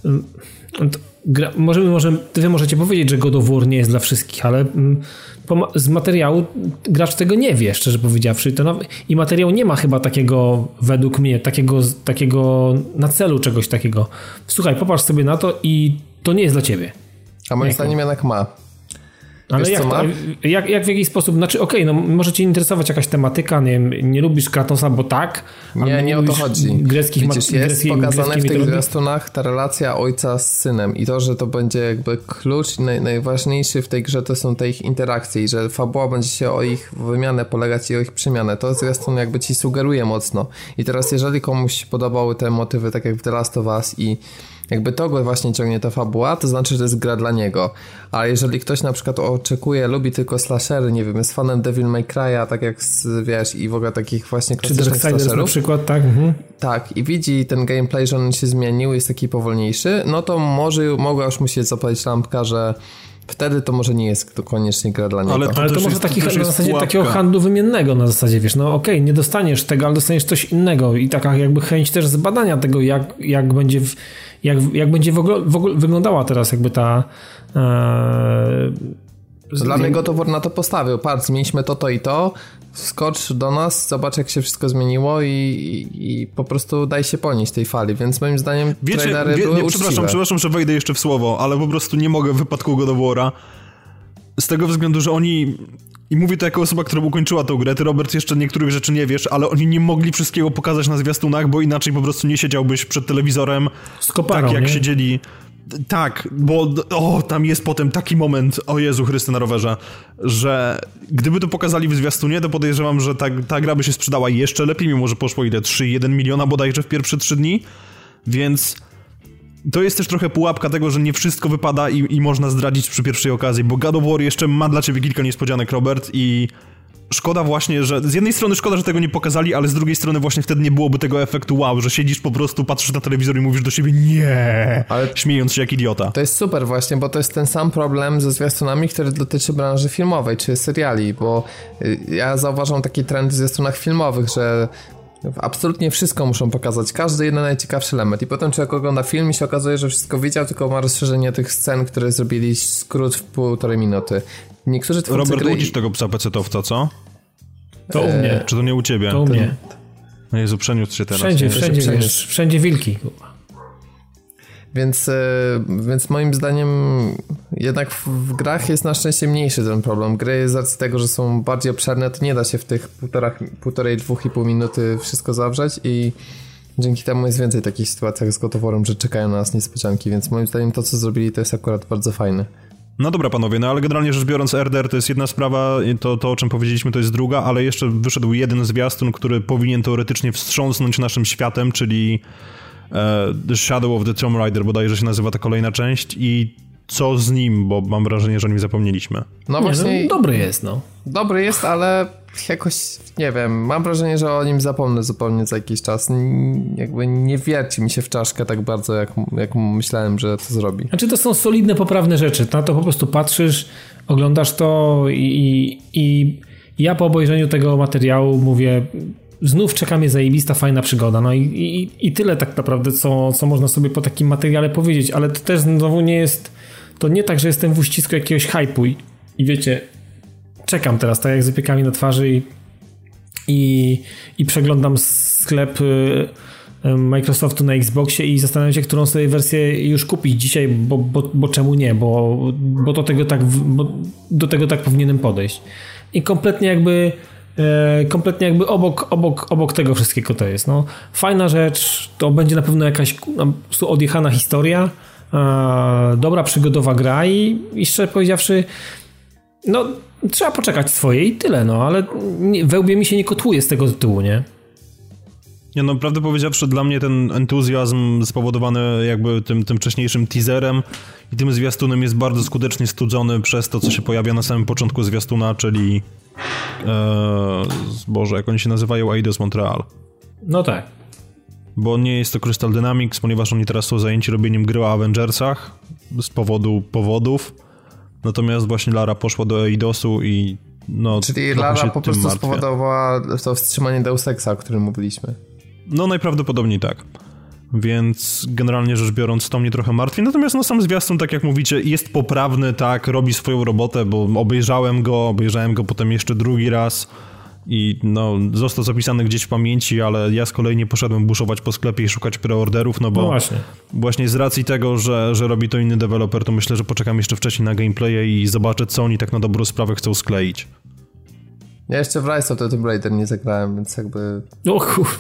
wy możecie powiedzieć, że God of War nie jest dla wszystkich, ale z materiału gracz tego nie wie, szczerze powiedziawszy. I materiał nie ma chyba takiego, według mnie, takiego na celu czegoś takiego. Słuchaj, popatrz sobie na to i to nie jest dla ciebie. A moim zdaniem jednak ma. Ale jak w jakiś sposób, znaczy no może cię interesować jakaś tematyka, nie lubisz Kratosa, bo tak. Nie o to chodzi. Widzisz, jest pokazane w tych zwiastunach ta relacja ojca z synem i to, że to będzie jakby klucz najważniejszy w tej grze to są te ich interakcje i że fabuła będzie się o ich wymianę polegać i o ich przemianę. To zwiastun jakby ci sugeruje mocno. I teraz jeżeli komuś się podobały te motywy, tak jak w The Last of Us i jakby to go właśnie ciągnie ta fabuła, to znaczy, że to jest gra dla niego. A jeżeli ktoś na przykład oczekuje, lubi tylko slashery, nie wiem, jest fanem Devil May Cry'a, tak jak wiesz, i w ogóle takich właśnie klasycznych slasherów. Na przykład, tak. Tak, i widzi ten gameplay, że on się zmienił, jest taki powolniejszy, no to mogła już mu się zapalić lampka, że wtedy to może nie jest to koniecznie gra dla niego. Ale to może na zasadzie takiego handlu wymiennego na zasadzie, wiesz, no okej, nie dostaniesz tego, ale dostaniesz coś innego i taka jakby chęć też zbadania tego, jak będzie w ogóle wyglądała teraz jakby ta... Dla mnie God of War na to postawił. Patrz, zmieniliśmy to i to, skocz do nas, zobacz jak się wszystko zmieniło i po prostu daj się ponieść tej fali, więc moim zdaniem trailery były uczciwe. Przepraszam, że wejdę jeszcze w słowo, ale po prostu nie mogę w wypadku God of War'a z tego względu, że oni... I mówię to jako osoba, która ukończyła tę grę. Ty, Robert, jeszcze niektórych rzeczy nie wiesz, ale oni nie mogli wszystkiego pokazać na zwiastunach, bo inaczej po prostu nie siedziałbyś przed telewizorem z koparą, tak jak nie? siedzieli. Tak, bo tam jest potem taki moment, o Jezu Chryste na rowerze, że gdyby to pokazali w zwiastunie, to podejrzewam, że ta gra by się sprzedała jeszcze lepiej, mimo że poszło 3,1 miliona bodajże w pierwsze 3 dni, więc... To jest też trochę pułapka tego, że nie wszystko wypada i można zdradzić przy pierwszej okazji, bo God of War jeszcze ma dla ciebie kilka niespodzianek, Robert, i szkoda właśnie, że z jednej strony szkoda, że tego nie pokazali, ale z drugiej strony właśnie wtedy nie byłoby tego efektu wow, że siedzisz po prostu, patrzysz na telewizor i mówisz do siebie nie, ale śmiejąc się jak idiota. To jest super właśnie, bo to jest ten sam problem ze zwiastunami, który dotyczy branży filmowej czy seriali, bo ja zauważam taki trend w zwiastunach filmowych, że absolutnie wszystko muszą pokazać, każdy jeden najciekawszy element i potem człowiek ogląda film i się okazuje, że wszystko widział, tylko ma rozszerzenie tych scen, które zrobili skrót w 1,5 minuty. Niektórzy twórcy Robert, udzisz tego psa pecetowca, co? To u mnie. Czy to nie u ciebie? To u mnie. No Jezu, przeniósł się teraz. Wszędzie wilki. Więc moim zdaniem jednak w grach jest na szczęście mniejszy ten problem. Gry z racji tego, że są bardziej obszerne, to nie da się w tych 2,5 minuty wszystko zawrzeć i dzięki temu jest więcej takich sytuacji z God of War'em, że czekają na nas niespodzianki, więc moim zdaniem to, co zrobili, to jest akurat bardzo fajne. No dobra panowie, no ale generalnie rzecz biorąc RDR to jest jedna sprawa, to o czym powiedzieliśmy to jest druga, ale jeszcze wyszedł jeden zwiastun, który powinien teoretycznie wstrząsnąć naszym światem, czyli The Shadow of the Tomb Raider, bodajże się nazywa ta kolejna część i co z nim, bo mam wrażenie, że o nim zapomnieliśmy. No właśnie, dobry jest, no. Dobry jest, ale jakoś, nie wiem, mam wrażenie, że o nim zapomnę zupełnie za jakiś czas. Jakby nie wierci mi się w czaszkę tak bardzo, jak myślałem, że to zrobi. Znaczy to są solidne, poprawne rzeczy. Na to po prostu patrzysz, oglądasz to i ja po obejrzeniu tego materiału mówię... Znów czeka mnie zajebista, fajna przygoda. No i tyle tak naprawdę, co można sobie po takim materiale powiedzieć, ale to też znowu nie jest... To nie tak, że jestem w uścisku jakiegoś hype'u i wiecie, czekam teraz tak jak z wypiekami na twarzy i przeglądam sklep Microsoftu na Xboxie i zastanawiam się, którą sobie wersję już kupić dzisiaj, bo czemu nie, bo do tego tak powinienem podejść. I kompletnie jakby obok tego wszystkiego to jest. No, fajna rzecz, to będzie na pewno jakaś odjechana historia, dobra przygodowa gra i szczerze powiedziawszy, no trzeba poczekać swoje i tyle, no, ale we łbie mi się nie kotłuje z tego tytułu, nie? Nie, no prawdę powiedziawszy, dla mnie ten entuzjazm spowodowany jakby tym wcześniejszym teaserem i tym zwiastunem jest bardzo skutecznie studzony przez to, co się pojawia na samym początku zwiastuna, czyli Boże, jak oni się nazywają, Eidos Montreal. No tak. bo nie jest to Crystal Dynamics, ponieważ oni teraz są zajęci robieniem gry o Avengersach z powodów. Natomiast właśnie Lara poszła do Eidosu i no... Czyli Lara po prostu spowodowała to wstrzymanie Deus Exa, o którym mówiliśmy. No najprawdopodobniej tak. Więc generalnie rzecz biorąc to mnie trochę martwi. Natomiast no sam zwiastun, tak jak mówicie, jest poprawny, tak, robi swoją robotę, bo obejrzałem go potem jeszcze drugi raz i no został zapisany gdzieś w pamięci, ale ja z kolei nie poszedłem buszować po sklepie i szukać preorderów, no bo właśnie z racji tego, że robi to inny deweloper, to myślę, że poczekam jeszcze wcześniej na gameplaye i zobaczę, co oni tak na dobrą sprawę chcą skleić. Ja jeszcze w Rise of the Tomb Raider nie zagrałem, więc jakby... O kurwa.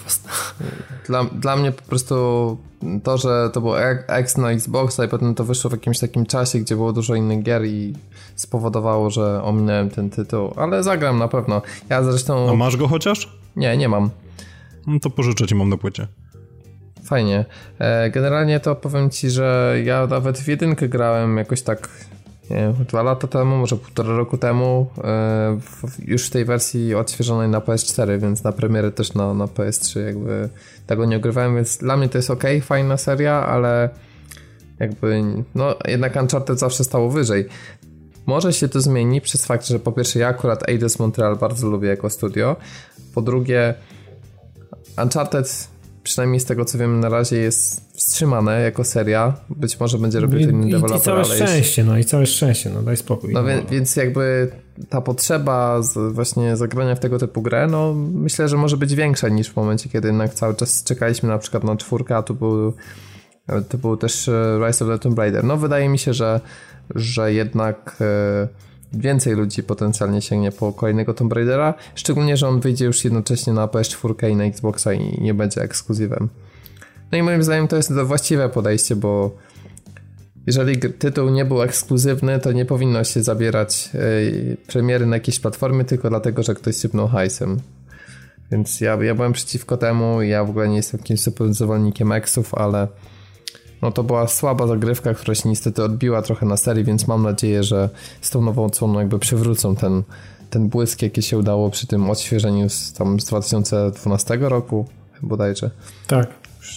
Dla mnie po prostu to, że to był X na Xboxa i potem to wyszło w jakimś takim czasie, gdzie było dużo innych gier i spowodowało, że ominąłem ten tytuł, ale zagram na pewno. Ja zresztą... A masz go chociaż? Nie mam. No to pożyczę ci, mam na płycie. Fajnie. Generalnie to powiem ci, że ja nawet w jedynkę grałem jakoś tak... Nie wiem, 2 lata temu, może 1,5 roku temu, już w tej wersji odświeżonej na PS4, więc na premierę też na PS3 jakby tego nie ogrywałem, więc dla mnie to jest okej, fajna seria, ale jakby no jednak Uncharted zawsze stało wyżej. Może się to zmieni przez fakt, że po pierwsze ja akurat Eidos Montreal bardzo lubię jako studio, po drugie Uncharted przynajmniej z tego co wiem na razie jest wstrzymane jako seria, być może będzie robił to inny deweloper. I całe szczęście, daj spokój. No więc jakby ta potrzeba właśnie zagrania w tego typu grę, no myślę, że może być większa niż w momencie, kiedy jednak cały czas czekaliśmy na przykład na 4, a tu był też Rise of the Tomb Raider. No wydaje mi się, że jednak więcej ludzi potencjalnie sięgnie po kolejnego Tomb Raidera, szczególnie, że on wyjdzie już jednocześnie na PS4 i na Xboxa i nie będzie ekskluzywem. No i moim zdaniem to jest właściwe podejście, bo jeżeli tytuł nie był ekskluzywny, to nie powinno się zabierać premiery na jakiejś platformie tylko dlatego, że ktoś sypnął hajsem. Więc ja byłem przeciwko temu i ja w ogóle nie jestem jakimś super zwolennikiem eksów, ale no to była słaba zagrywka, która się niestety odbiła trochę na serii, więc mam nadzieję, że z tą nową odsłoną jakby przywrócą ten błysk, jaki się udało przy tym odświeżeniu z 2012 roku bodajże. Tak.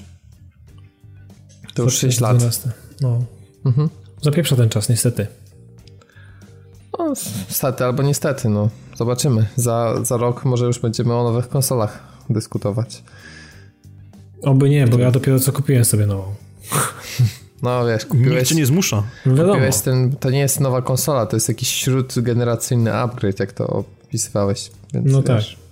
To już 6 lat. No. Zapieprza ten czas, niestety. No, niestety albo niestety, no. Zobaczymy. Za rok może już będziemy o nowych konsolach dyskutować. Oby nie, bo ja dopiero co kupiłem sobie nową. No wiesz, kupiłeś... Nikt cię nie zmusza. Kupiłeś to nie jest nowa konsola, to jest jakiś śródgeneracyjny upgrade, jak to opisywałeś. Więc no wiesz. tak.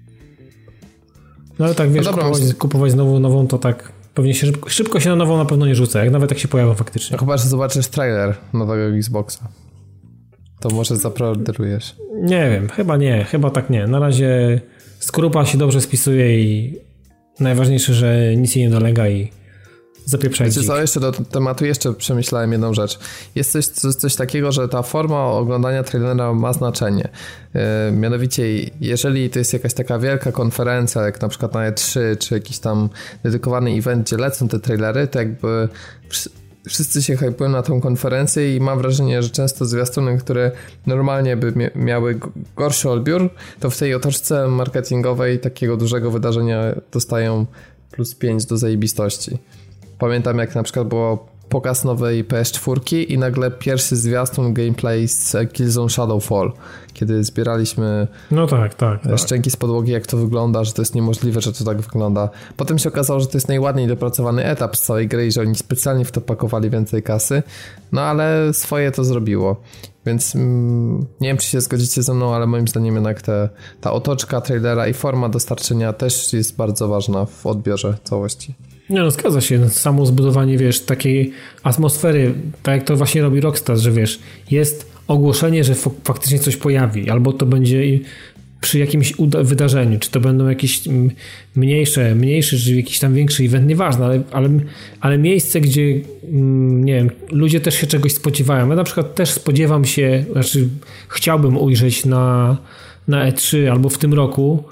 No ale tak, wiesz, kupować znowu nową, to tak pewnie się szybko się na nową na pewno nie rzuca, jak się pojawią faktycznie. No chyba, że zobaczysz trailer nowego Xboxa. To może zapreorderujesz. Nie wiem, chyba tak nie. Na razie skorupa się dobrze spisuje i najważniejsze, że nic jej nie dolega i zapieprzać. Wiecie co, jeszcze do tematu przemyślałem jedną rzecz. Jest coś takiego, że ta forma oglądania trailera ma znaczenie. Mianowicie, jeżeli to jest jakaś taka wielka konferencja, jak na przykład na E3, czy jakiś tam dedykowany event, gdzie lecą te trailery, to jakby wszyscy się hypują na tą konferencję i mam wrażenie, że często zwiastuny, które normalnie by miały gorszy odbiór, to w tej otoczce marketingowej takiego dużego wydarzenia dostają +5 do zajebistości. Pamiętam, jak na przykład było pokaz nowej PS4 i nagle pierwszy zwiastun gameplay z Killzone Shadowfall, kiedy zbieraliśmy szczęki z podłogi, jak to wygląda, że to jest niemożliwe, że to tak wygląda. Potem się okazało, że to jest najładniej dopracowany etap z całej gry i że oni specjalnie w to pakowali więcej kasy, no ale swoje to zrobiło. Więc nie wiem, czy się zgodzicie ze mną, ale moim zdaniem jednak ta otoczka trailera i forma dostarczenia też jest bardzo ważna w odbiorze całości. Nie no, zgadza się. Samo zbudowanie, wiesz, takiej atmosfery, tak jak to właśnie robi Rockstar, że wiesz, jest ogłoszenie, że faktycznie coś pojawi, albo to będzie przy jakimś wydarzeniu, czy to będą jakieś mniejsze, czy jakiś tam większy event, nieważne, ale miejsce, gdzie nie wiem, ludzie też się czegoś spodziewają. Ja na przykład też spodziewam się, chciałbym ujrzeć na E3 albo w tym roku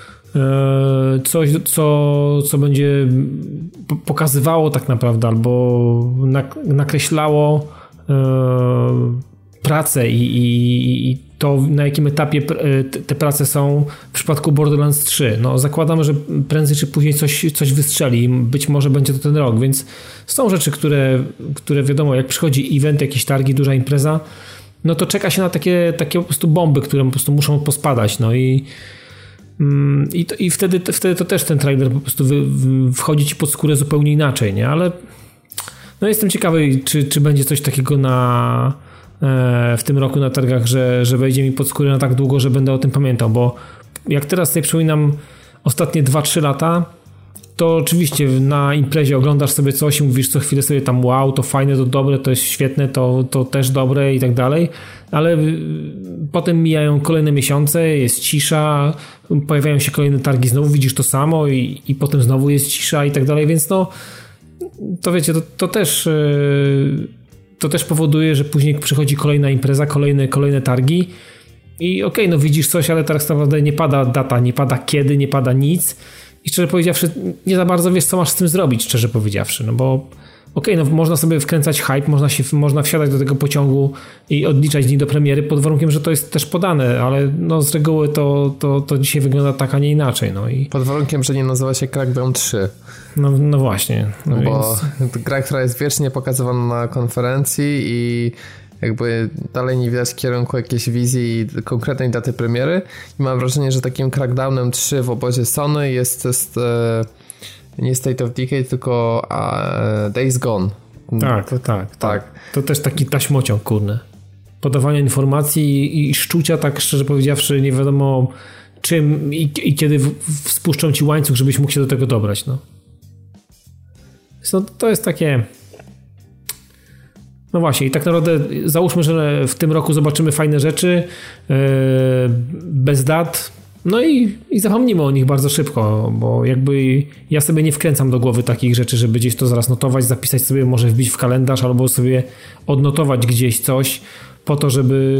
coś, co będzie pokazywało tak naprawdę, albo nakreślało prace i to, na jakim etapie te prace są w przypadku Borderlands 3. No zakładam, że prędzej czy później coś wystrzeli. Być może będzie to ten rok, więc są rzeczy, które wiadomo, jak przychodzi event, jakieś targi, duża impreza, no to czeka się na takie po prostu bomby, które po prostu muszą pospadać. No i wtedy to też ten trailer po prostu wchodzi ci pod skórę zupełnie inaczej, nie? Ale no jestem ciekawy, czy będzie coś takiego w tym roku na targach, że wejdzie mi pod skórę na tak długo, że będę o tym pamiętał, bo jak teraz sobie przypominam ostatnie 2-3 lata, to oczywiście na imprezie oglądasz sobie coś i mówisz co chwilę sobie tam wow, to fajne, to dobre, to jest świetne, to też dobre i tak dalej, ale potem mijają kolejne miesiące, jest cisza, pojawiają się kolejne targi, znowu widzisz to samo i potem znowu jest cisza i tak dalej, więc no to wiecie, to też powoduje, że później przychodzi kolejna impreza, kolejne targi i okej, no widzisz coś, ale teraz naprawdę nie pada data, nie pada kiedy, nie pada nic i szczerze powiedziawszy nie za bardzo wiesz, co masz z tym zrobić, szczerze powiedziawszy, no bo no można sobie wkręcać hype, można wsiadać do tego pociągu i odliczać dni do premiery pod warunkiem, że to jest też podane, ale no z reguły to dzisiaj wygląda tak, a nie inaczej. No i pod warunkiem, że nie nazywa się Crackdown 3. No właśnie. No bo gra, która jest wiecznie pokazywana na konferencji i jakby dalej nie widać kierunku jakiejś wizji i konkretnej daty premiery i mam wrażenie, że takim Crackdownem 3 w obozie Sony jest nie State of Decay, tylko Days Gone. Tak. To też taki taśmociąg, kurne. Podawania informacji i szczucia, tak szczerze powiedziawszy, nie wiadomo czym i kiedy spuszczą ci łańcuch, żebyś mógł się do tego dobrać. No to jest takie... No właśnie, i tak naprawdę załóżmy, że w tym roku zobaczymy fajne rzeczy bez dat, no i zapomnimy o nich bardzo szybko, bo jakby ja sobie nie wkręcam do głowy takich rzeczy, żeby gdzieś to zaraz notować, zapisać sobie, może wbić w kalendarz albo sobie odnotować gdzieś coś po to,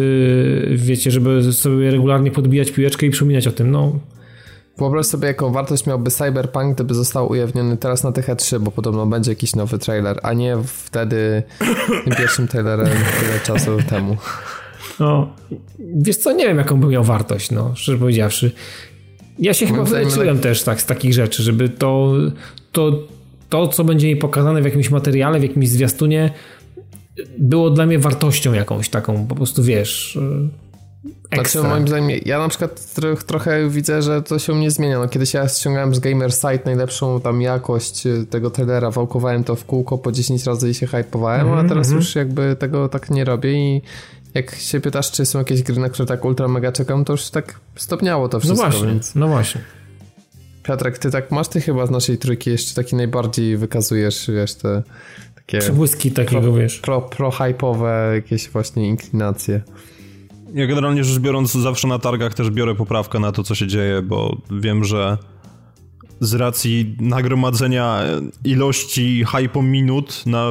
żeby sobie regularnie podbijać piłeczkę i przypominać o tym, no. Wyobraź sobie, jaką wartość miałby Cyberpunk, gdyby został ujawniony teraz na tych E3, bo podobno będzie jakiś nowy trailer, a nie wtedy tym pierwszym trailerem tyle czasu temu. No, wiesz co, nie wiem, jaką by miał wartość, no, szczerze powiedziawszy. Ja się chyba wyleczyłem też tak z takich rzeczy, żeby to, co będzie mi pokazane w jakimś materiale, w jakimś zwiastunie, było dla mnie wartością jakąś taką, po prostu wiesz... Ekstra. Znaczy, moim zdaniem, ja na przykład trochę widzę, że to się nie zmienia. No, kiedyś ja ściągałem z Gamersite najlepszą tam jakość tego trailera, wałkowałem to w kółko po 10 razy i się hypowałem, a teraz już jakby tego tak nie robię i jak się pytasz, czy są jakieś gry, na które tak ultra mega czekam, to już tak stopniało to wszystko. No właśnie. Piotrek, ty chyba z naszej trójki jeszcze taki najbardziej wykazujesz, wiesz, te takie... przebłyski takiego, wiesz. Pro-hype'owe jakieś właśnie inklinacje. Ja generalnie rzecz biorąc zawsze na targach też biorę poprawkę na to, co się dzieje, bo wiem, że z racji nagromadzenia ilości minut na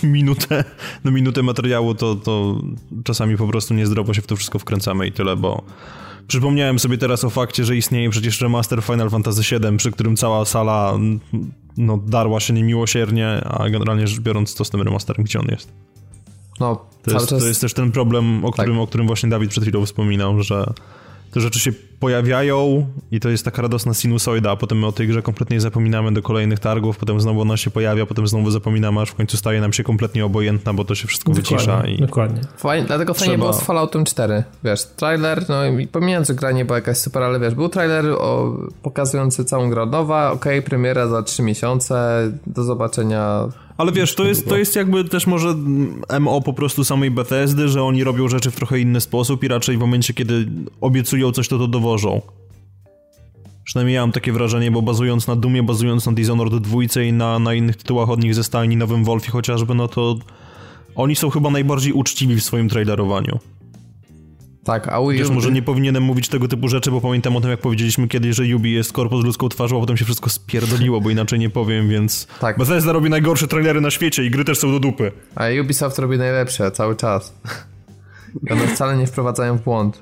minutę materiału, to czasami po prostu niezdrowo się w to wszystko wkręcamy i tyle, bo przypomniałem sobie teraz o fakcie, że istnieje przecież remaster Final Fantasy VII, przy którym cała sala darła się niemiłosiernie, a generalnie rzecz biorąc, co z tym remasterem, gdzie on jest? No, to jest też ten problem, o którym właśnie Dawid przed chwilą wspominał, że te rzeczy się pojawiają i to jest taka radosna sinusoida, a potem my o tej grze kompletnie zapominamy do kolejnych targów, potem znowu ona się pojawia, potem znowu zapominamy, aż w końcu staje nam się kompletnie obojętna, bo to się wszystko wycisza. Dokładnie. Dlatego fajnie było z Falloutem 4. Wiesz, trailer, no i pomijając, że gra nie była jakaś super, ale wiesz, był trailer pokazujący całą grę od nowa, premiera za 3 miesiące, do zobaczenia. Ale wiesz, to jest jakby też może MO po prostu samej Bethesdy, że oni robią rzeczy w trochę inny sposób i raczej w momencie, kiedy obiecują coś, to dowożą. Przynajmniej ja mam takie wrażenie, bo bazując na Doomie, bazując na Dishonored 2 i na innych tytułach od nich ze stajni, Nowym Wolfie chociażby, no to oni są chyba najbardziej uczciwi w swoim trailerowaniu. Tak, a Wiesz, może nie powinienem mówić tego typu rzeczy, bo pamiętam o tym, jak powiedzieliśmy kiedyś, że Ubi jest korpo z ludzką twarzą, a potem się wszystko spierdoliło, bo inaczej nie powiem, więc... Tak. Bethesda robi najgorsze trailery na świecie i gry też są do dupy. A Ubisoft robi najlepsze cały czas. One wcale nie wprowadzają w błąd.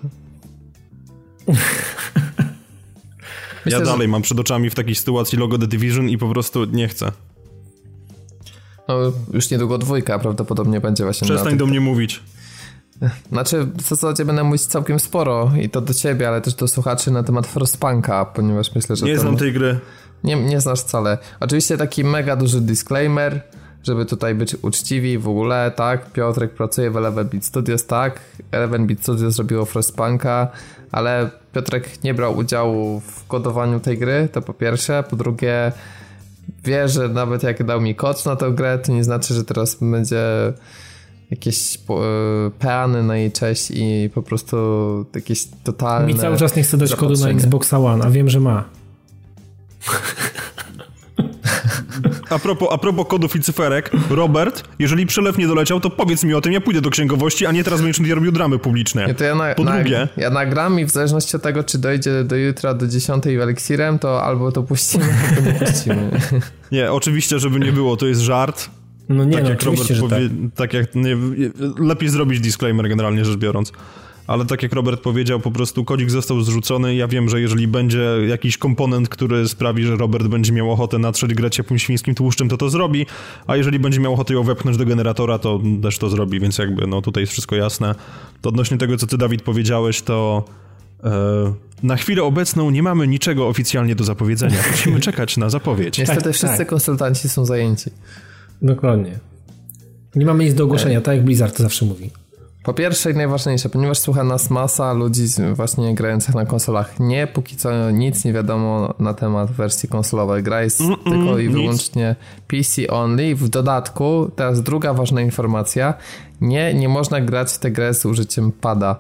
Myślę, ja dalej mam przed oczami w takiej sytuacji logo The Division i po prostu nie chcę. No, już niedługo 2 prawdopodobnie będzie właśnie. Przestań do mnie mówić. Znaczy, w zasadzie będę mówić całkiem sporo i to do ciebie, ale też do słuchaczy na temat Frostpunka, ponieważ myślę, że... Nie znam tej gry. Nie znasz wcale. Oczywiście taki mega duży disclaimer, żeby tutaj być uczciwi w ogóle, tak? Piotrek pracuje w 11-Bit Studios, tak? 11-Bit Studios zrobiło Frostpunka, ale Piotrek nie brał udziału w kodowaniu tej gry, to po pierwsze. Po drugie, wie, że nawet jak dał mi kod na tę grę, to nie znaczy, że teraz będzie jakieś peany na jej cześć i po prostu jakieś totalne... Mi cały czas nie chce dać kodu na Xboxa One, a wiem, że ma. A propos kodów i cyferek, Robert, jeżeli przelew nie doleciał, to powiedz mi o tym, ja pójdę do księgowości, a nie teraz będziesz robił dramy publiczne. To ja nagram i w zależności od tego, czy dojdzie do jutra do 10 w Elixirem, to albo to puścimy, albo nie puścimy. Nie, oczywiście, żeby nie było, to jest żart. No nie, tak no jak oczywiście, Robert że tak jak lepiej zrobić disclaimer generalnie rzecz biorąc. Ale tak jak Robert powiedział, po prostu kodzik został zrzucony. Ja wiem, że jeżeli będzie jakiś komponent, który sprawi, że Robert będzie miał ochotę natrzeć grę ciepłym świńskim tłuszczem, to zrobi, a jeżeli będzie miał ochotę ją wepchnąć do generatora, to też to zrobi, więc jakby no tutaj jest wszystko jasne. To odnośnie tego, co ty, Dawid, powiedziałeś, to na chwilę obecną nie mamy niczego oficjalnie do zapowiedzenia. Musimy czekać na zapowiedź. Niestety wszyscy konsultanci są zajęci. Dokładnie. Nie mamy nic do ogłoszenia, tak jak Blizzard to zawsze mówi. Po pierwsze i najważniejsze, ponieważ słucha nas masa ludzi właśnie grających na konsolach. Nie, póki co nic nie wiadomo na temat wersji konsolowej. Gra jest tylko i wyłącznie PC only. W dodatku, teraz druga ważna informacja, nie można grać w tę grę z użyciem pada.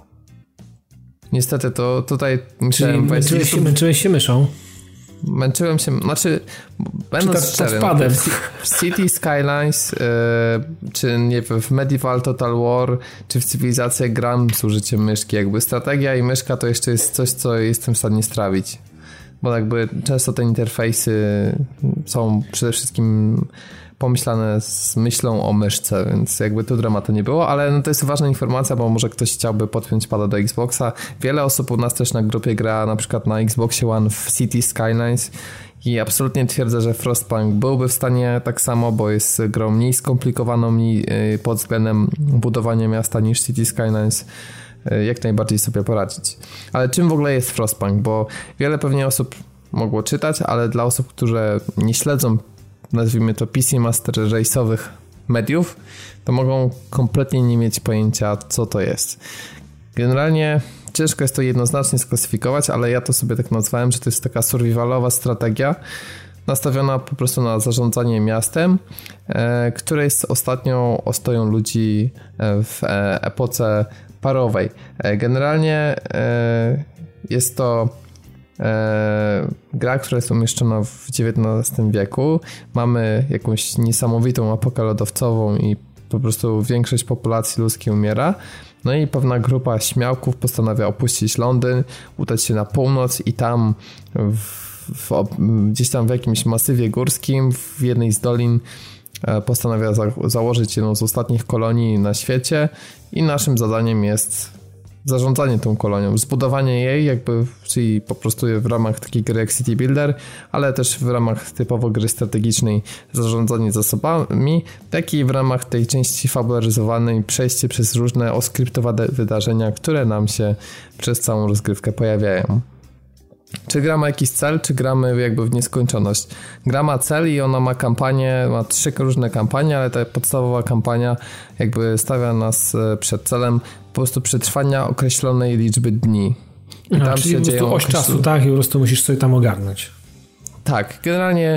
Niestety to tutaj musiałem wejść... Męczyłeś się myszą? Męczyłem się, znaczy będąc szczery, w City Skylines, czy nie w Medieval Total War, czy w Cywilizację gram z użyciem myszki. Jakby strategia i myszka to jeszcze jest coś, co jestem w stanie strawić. Bo jakby często te interfejsy są przede wszystkim pomyślane z myślą o myszce, więc jakby tu dramatu nie było, ale no to jest ważna informacja, bo może ktoś chciałby podpiąć pada do Xboxa. Wiele osób u nas też na grupie gra na przykład na Xboxie One w City Skylines i absolutnie twierdzę, że Frostpunk byłby w stanie tak samo, bo jest grą mniej skomplikowaną pod względem budowania miasta niż City Skylines, jak najbardziej sobie poradzić. Ale czym w ogóle jest Frostpunk? Bo wiele pewnie osób mogło czytać, ale dla osób, które nie śledzą, nazwijmy to PC Master Race'owych mediów, to mogą kompletnie nie mieć pojęcia, co to jest. Generalnie ciężko jest to jednoznacznie sklasyfikować, ale ja to sobie tak nazwałem, że to jest taka survivalowa strategia nastawiona po prostu na zarządzanie miastem, które jest ostatnią ostoją ludzi w epoce parowej. Generalnie jest to gra, która jest umieszczona w XIX wieku. Mamy jakąś niesamowitą apokę lodowcową i po prostu większość populacji ludzkiej umiera. No i pewna grupa śmiałków postanawia opuścić Londyn, udać się na północ i tam gdzieś tam w jakimś masywie górskim, w jednej z dolin postanawia założyć jedną z ostatnich kolonii na świecie i naszym zadaniem jest zarządzanie tą kolonią, zbudowanie jej jakby, czyli po prostu w ramach takiej gry jak City Builder, ale też w ramach typowo gry strategicznej zarządzanie zasobami, tak i w ramach tej części fabularyzowanej przejście przez różne oskryptowane wydarzenia, które nam się przez całą rozgrywkę pojawiają. Czy gra ma jakiś cel, czy gramy jakby w nieskończoność? Gra ma cel i ona ma kampanię, ma 3 różne kampanie, ale ta podstawowa kampania jakby stawia nas przed celem po prostu przetrwania określonej liczby dni. I tam czyli się po prostu oś czasu, tak? I po prostu musisz sobie tam ogarnąć. Tak, generalnie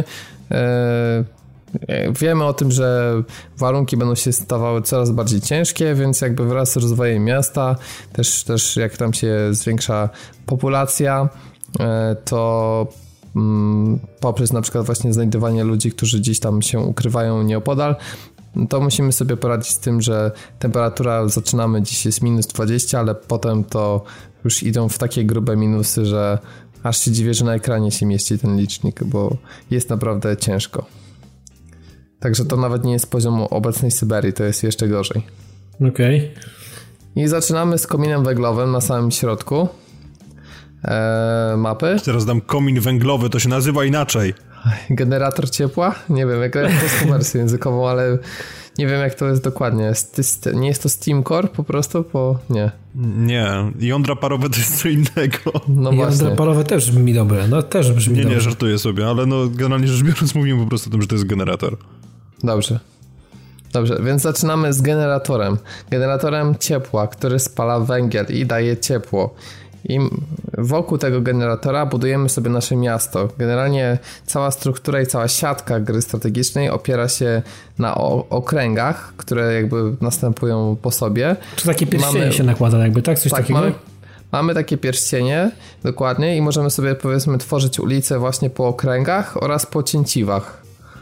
wiemy o tym, że warunki będą się stawały coraz bardziej ciężkie, więc jakby wraz z rozwojem miasta, też jak tam się zwiększa populacja, to poprzez na przykład właśnie znajdowanie ludzi, którzy gdzieś tam się ukrywają nieopodal, to musimy sobie poradzić z tym, że temperatura zaczynamy dziś jest minus 20, ale potem to już idą w takie grube minusy, że aż się dziwię, że na ekranie się mieści ten licznik, bo jest naprawdę ciężko. Także to nawet nie jest poziom obecnej Syberii, to jest jeszcze gorzej. Okej. I zaczynamy z kominem węglowym na samym środku mapy. Teraz dam komin węglowy, to się nazywa inaczej. Generator ciepła? Nie wiem, jak polską wersję językową, ale nie wiem jak to jest dokładnie. Nie jest to Steam Core po prostu? Nie. Nie, jądra parowe to jest co innego. No jądra parowe też brzmi dobre. No też brzmi dobrze. Nie, żartuję sobie, ale no generalnie rzecz biorąc mówimy po prostu o tym, że to jest generator. Dobrze, więc zaczynamy z generatorem. Generatorem ciepła, który spala węgiel i daje ciepło. I wokół tego generatora budujemy sobie nasze miasto. Generalnie cała struktura i cała siatka gry strategicznej opiera się na okręgach, które jakby następują po sobie. Czy takie pierścienie się nakłada jakby, tak? Coś takiego? Mamy takie pierścienie, dokładnie, i możemy sobie powiedzmy tworzyć ulice właśnie po okręgach oraz po cięciwach.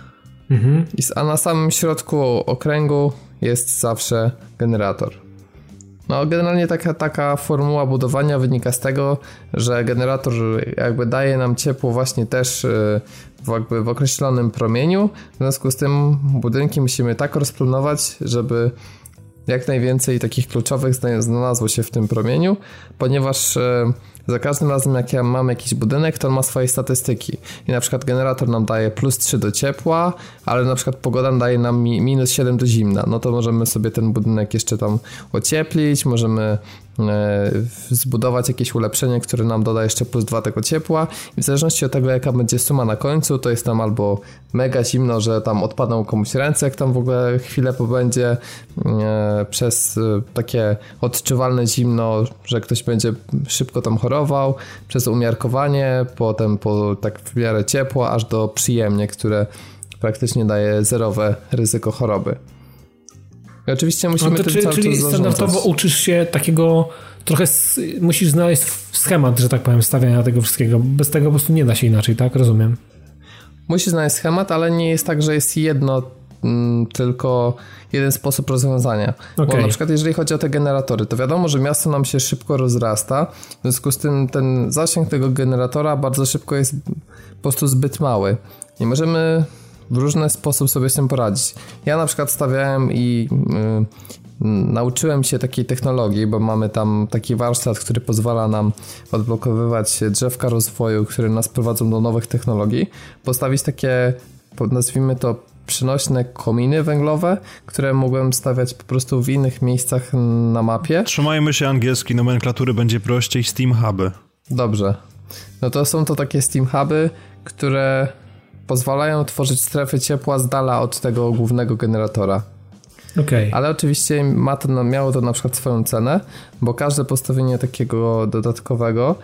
A na samym środku okręgu jest zawsze generator. No generalnie taka formuła budowania wynika z tego, że generator jakby daje nam ciepło właśnie też w określonym promieniu. W związku z tym budynki musimy tak rozplanować, żeby jak najwięcej takich kluczowych znalazło się w tym promieniu, ponieważ za każdym razem jak ja mam jakiś budynek, to on ma swoje statystyki i na przykład generator nam daje +3 do ciepła, ale na przykład pogoda daje nam -7 do zimna, no to możemy sobie ten budynek jeszcze tam ocieplić, możemy zbudować jakieś ulepszenie, które nam doda jeszcze +2 tego ciepła i w zależności od tego jaka będzie suma na końcu, to jest tam albo mega zimno, że tam odpadną komuś ręce, jak tam w ogóle chwilę pobędzie, przez takie odczuwalne zimno, że ktoś będzie szybko tam chorował, przez umiarkowanie, potem po tak w miarę ciepło, aż do przyjemnie, które praktycznie daje zerowe ryzyko choroby. I oczywiście musimy tym cały czyli czas standardowo zarządzać. uczysz się takiego trochę, musisz znaleźć schemat, że tak powiem, stawiania tego wszystkiego. Bez tego po prostu nie da się inaczej, tak? Rozumiem. Musisz znaleźć schemat, ale nie jest tak, że jest tylko jeden sposób rozwiązania. Okay. Bo na przykład jeżeli chodzi o te generatory, to wiadomo, że miasto nam się szybko rozrasta, w związku z tym ten zasięg tego generatora bardzo szybko jest po prostu zbyt mały. Nie możemy w różny sposób sobie z tym poradzić. Ja na przykład stawiałem i nauczyłem się takiej technologii, bo mamy tam taki warsztat, który pozwala nam odblokowywać drzewka rozwoju, które nas prowadzą do nowych technologii, postawić takie, nazwijmy to, przenośne kominy węglowe, które mogłem stawiać po prostu w innych miejscach na mapie. Trzymajmy się angielskiej nomenklatury, będzie prościej. Steam Huby. Dobrze. No to są to takie Steam Huby, które pozwalają tworzyć strefy ciepła z dala od tego głównego generatora. Okay. Ale oczywiście miało to na przykład swoją cenę, bo każde postawienie takiego dodatkowego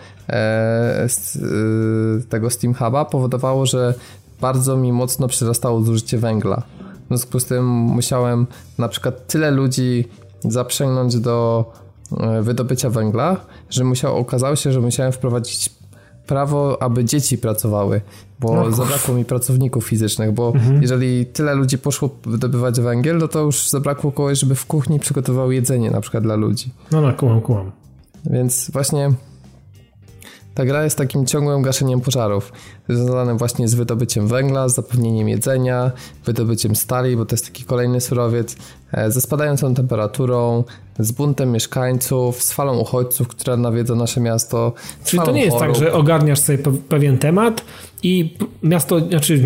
tego Steam Huba powodowało, że bardzo mi mocno przyrastało zużycie węgla. W związku z tym musiałem na przykład tyle ludzi zaprzęgnąć do wydobycia węgla, że okazało się, że musiałem wprowadzić prawo, aby dzieci pracowały, bo zabrakło mi pracowników fizycznych, bo jeżeli tyle ludzi poszło wydobywać węgiel, no to już zabrakło kogoś, żeby w kuchni przygotował jedzenie na przykład dla ludzi. No, kumam. Więc właśnie ta gra jest takim ciągłym gaszeniem pożarów, związanym właśnie z wydobyciem węgla, z zapewnieniem jedzenia, wydobyciem stali, bo to jest taki kolejny surowiec, ze spadającą temperaturą, z buntem mieszkańców, z falą uchodźców, która nawiedza nasze miasto. Czyli to nie jest tak, że ogarniasz sobie pewien temat i miasto, znaczy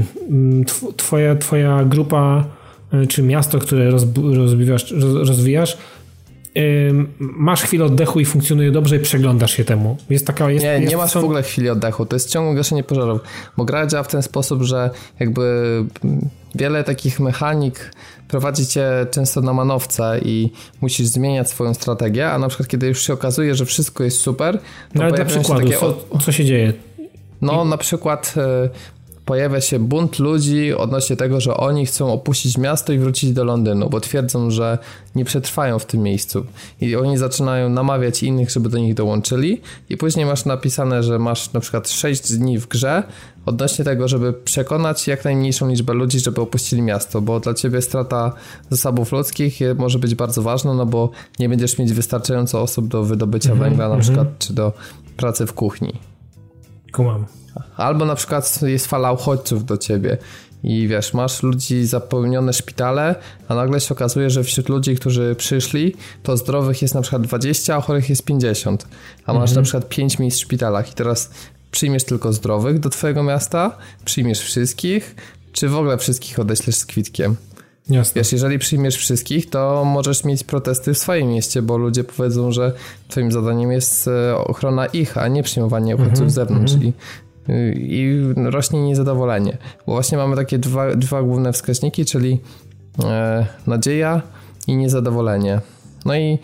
twoja grupa, czy miasto, które rozwijasz, masz chwilę oddechu i funkcjonuje dobrze i przeglądasz się temu. Nie masz w ogóle chwili oddechu, to jest ciągłe gaszenie pożarów, bo gra działa w ten sposób, że jakby wiele takich mechanik prowadzi cię często na manowce i musisz zmieniać swoją strategię, a na przykład kiedy już się okazuje, że wszystko jest super, to no ale dla przykładu, co się dzieje? No na przykład pojawia się bunt ludzi odnośnie tego, że oni chcą opuścić miasto i wrócić do Londynu, bo twierdzą, że nie przetrwają w tym miejscu. I oni zaczynają namawiać innych, żeby do nich dołączyli i później masz napisane, że masz na przykład 6 dni w grze odnośnie tego, żeby przekonać jak najmniejszą liczbę ludzi, żeby opuścili miasto, bo dla ciebie strata zasobów ludzkich może być bardzo ważna, no bo nie będziesz mieć wystarczająco osób do wydobycia węgla na przykład, czy do pracy w kuchni. Kumam. Albo na przykład jest fala uchodźców do ciebie i wiesz, masz ludzi zapełnione szpitale, a nagle się okazuje, że wśród ludzi, którzy przyszli, to zdrowych jest na przykład 20, a chorych jest 50, a masz na przykład 5 miejsc w szpitalach i teraz przyjmiesz tylko zdrowych do twojego miasta, przyjmiesz wszystkich, czy w ogóle wszystkich odeślesz z kwitkiem. Jasne. Wiesz, jeżeli przyjmiesz wszystkich, to możesz mieć protesty w swoim mieście, bo ludzie powiedzą, że twoim zadaniem jest ochrona ich, a nie przyjmowanie uchodźców z zewnątrz i rośnie niezadowolenie. Bo właśnie mamy takie dwa główne wskaźniki, czyli nadzieja i niezadowolenie. No i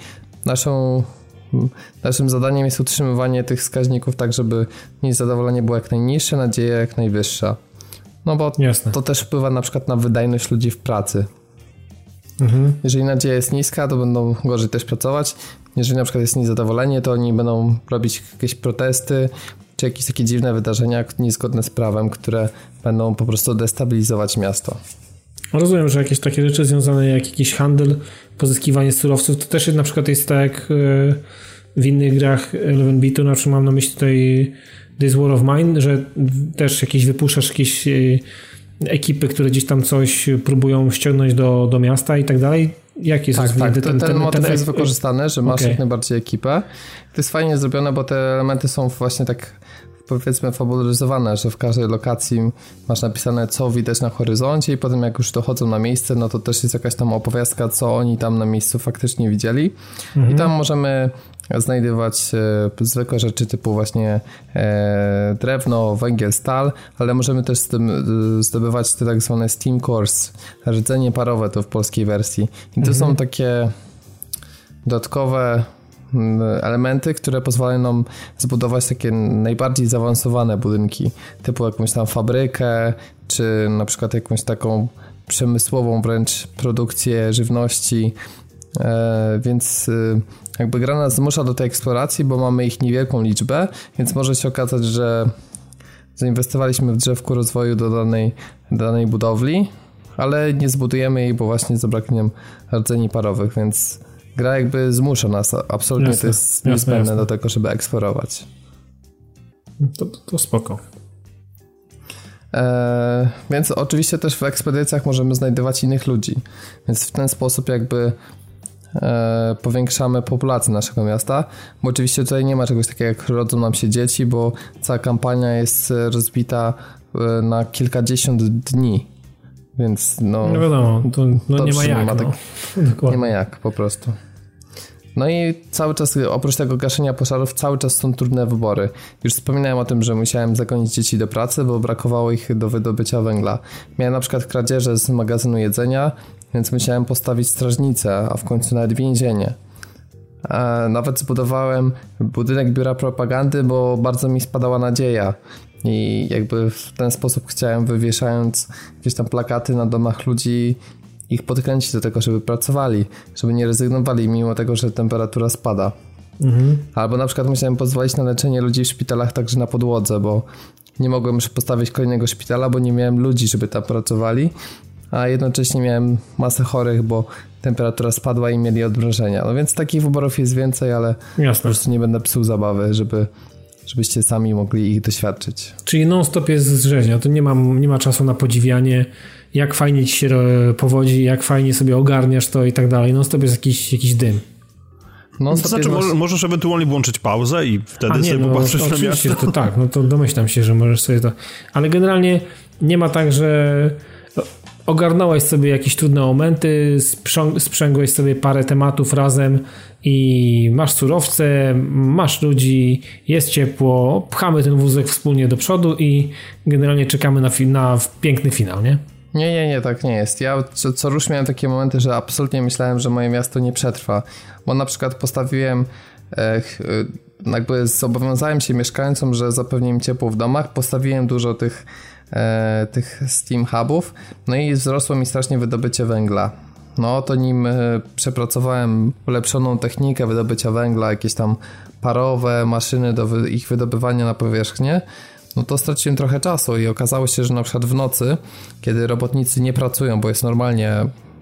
naszym zadaniem jest utrzymywanie tych wskaźników tak, żeby niezadowolenie było jak najniższe, nadzieja jak najwyższa. No bo to też wpływa na przykład na wydajność ludzi w pracy. Jeżeli nadzieja jest niska, to będą gorzej też pracować. Jeżeli na przykład jest niezadowolenie, to oni będą robić jakieś protesty, czy jakieś takie dziwne wydarzenia niezgodne z prawem, które będą po prostu destabilizować miasto. Rozumiem, że jakieś takie rzeczy związane jak jakiś handel, pozyskiwanie surowców, to też na przykład jest tak jak w innych grach 11-bitu, na przykład mam na myśli tutaj This War of Mine, że też wypuszczasz jakieś ekipy, które gdzieś tam coś próbują ściągnąć do miasta i tak dalej. Jak jest rozwinięty ten motyw jest wykorzystany, że masz jak najbardziej ekipę. To jest fajnie zrobione, bo te elementy są właśnie tak, powiedzmy, fabularyzowane, że w każdej lokacji masz napisane, co widać na horyzoncie i potem jak już dochodzą na miejsce, no to też jest jakaś tam opowiastka, co oni tam na miejscu faktycznie widzieli. I tam możemy znajdywać zwykłe rzeczy typu właśnie drewno, węgiel, stal, ale możemy też zdobywać te tak zwane steam cores, rdzenie parowe to w polskiej wersji. I to są takie dodatkowe elementy, które pozwalają nam zbudować takie najbardziej zaawansowane budynki, typu jakąś tam fabrykę, czy na przykład jakąś taką przemysłową wręcz produkcję żywności, więc jakby gra nas zmusza do tej eksploracji, bo mamy ich niewielką liczbę, więc może się okazać, że zainwestowaliśmy w drzewku rozwoju do danej budowli, ale nie zbudujemy jej, bo właśnie zabraknie nam rdzeni parowych, więc gra jakby zmusza nas, absolutnie to jest niezbędne do tego, żeby eksplorować. To spoko. Więc oczywiście też w ekspedycjach możemy znajdować innych ludzi, więc w ten sposób jakby powiększamy populację naszego miasta, bo oczywiście tutaj nie ma czegoś takiego jak rodzą nam się dzieci, bo cała kampania jest rozbita na kilkadziesiąt dni, więc no wiadomo, to nie ma jak. Nie ma jak po prostu. No i cały czas, oprócz tego gaszenia pożarów, cały czas są trudne wybory. Już wspominałem o tym, że musiałem zagonić dzieci do pracy, bo brakowało ich do wydobycia węgla. Miałem na przykład kradzieże z magazynu jedzenia, więc musiałem postawić strażnicę, a w końcu nawet więzienie. Nawet zbudowałem budynek biura propagandy, bo bardzo mi spadała nadzieja. I jakby w ten sposób chciałem, wywieszając jakieś tam plakaty na domach ludzi, ich podkręcić do tego, żeby pracowali, żeby nie rezygnowali mimo tego, że temperatura spada. Albo na przykład musiałem pozwolić na leczenie ludzi w szpitalach także na podłodze, bo nie mogłem już postawić kolejnego szpitala, bo nie miałem ludzi, żeby tam pracowali, a jednocześnie miałem masę chorych, bo temperatura spadła i mieli odmrożenia. No więc takich wyborów jest więcej, ale po prostu nie będę psuł zabawy, żebyście sami mogli ich doświadczyć. Czyli non-stop jest z rzeźnia, to nie ma czasu na podziwianie, jak fajnie ci się powodzi, jak fajnie sobie ogarniasz to i tak dalej. Non-stop jest jakiś dym. To znaczy, możesz ewentualnie włączyć pauzę i wtedy sobie popatrzysz na miasto. To tak, no to domyślam się, że możesz sobie to... Ale generalnie nie ma tak, że ogarnąłeś sobie jakieś trudne momenty, sprzęgłeś sobie parę tematów razem i masz surowce, masz ludzi, jest ciepło, pchamy ten wózek wspólnie do przodu i generalnie czekamy na piękny finał, nie? Nie, tak nie jest. Ja co rusz miałem takie momenty, że absolutnie myślałem, że moje miasto nie przetrwa, bo na przykład postawiłem, jakby zobowiązałem się mieszkańcom, że zapewnię im ciepło w domach, postawiłem dużo tych Steam Hubów, no i wzrosło mi strasznie wydobycie węgla. No to nim przepracowałem ulepszoną technikę wydobycia węgla, jakieś tam parowe maszyny do ich wydobywania na powierzchnię, no to straciłem trochę czasu i okazało się, że na przykład w nocy, kiedy robotnicy nie pracują, bo jest normalnie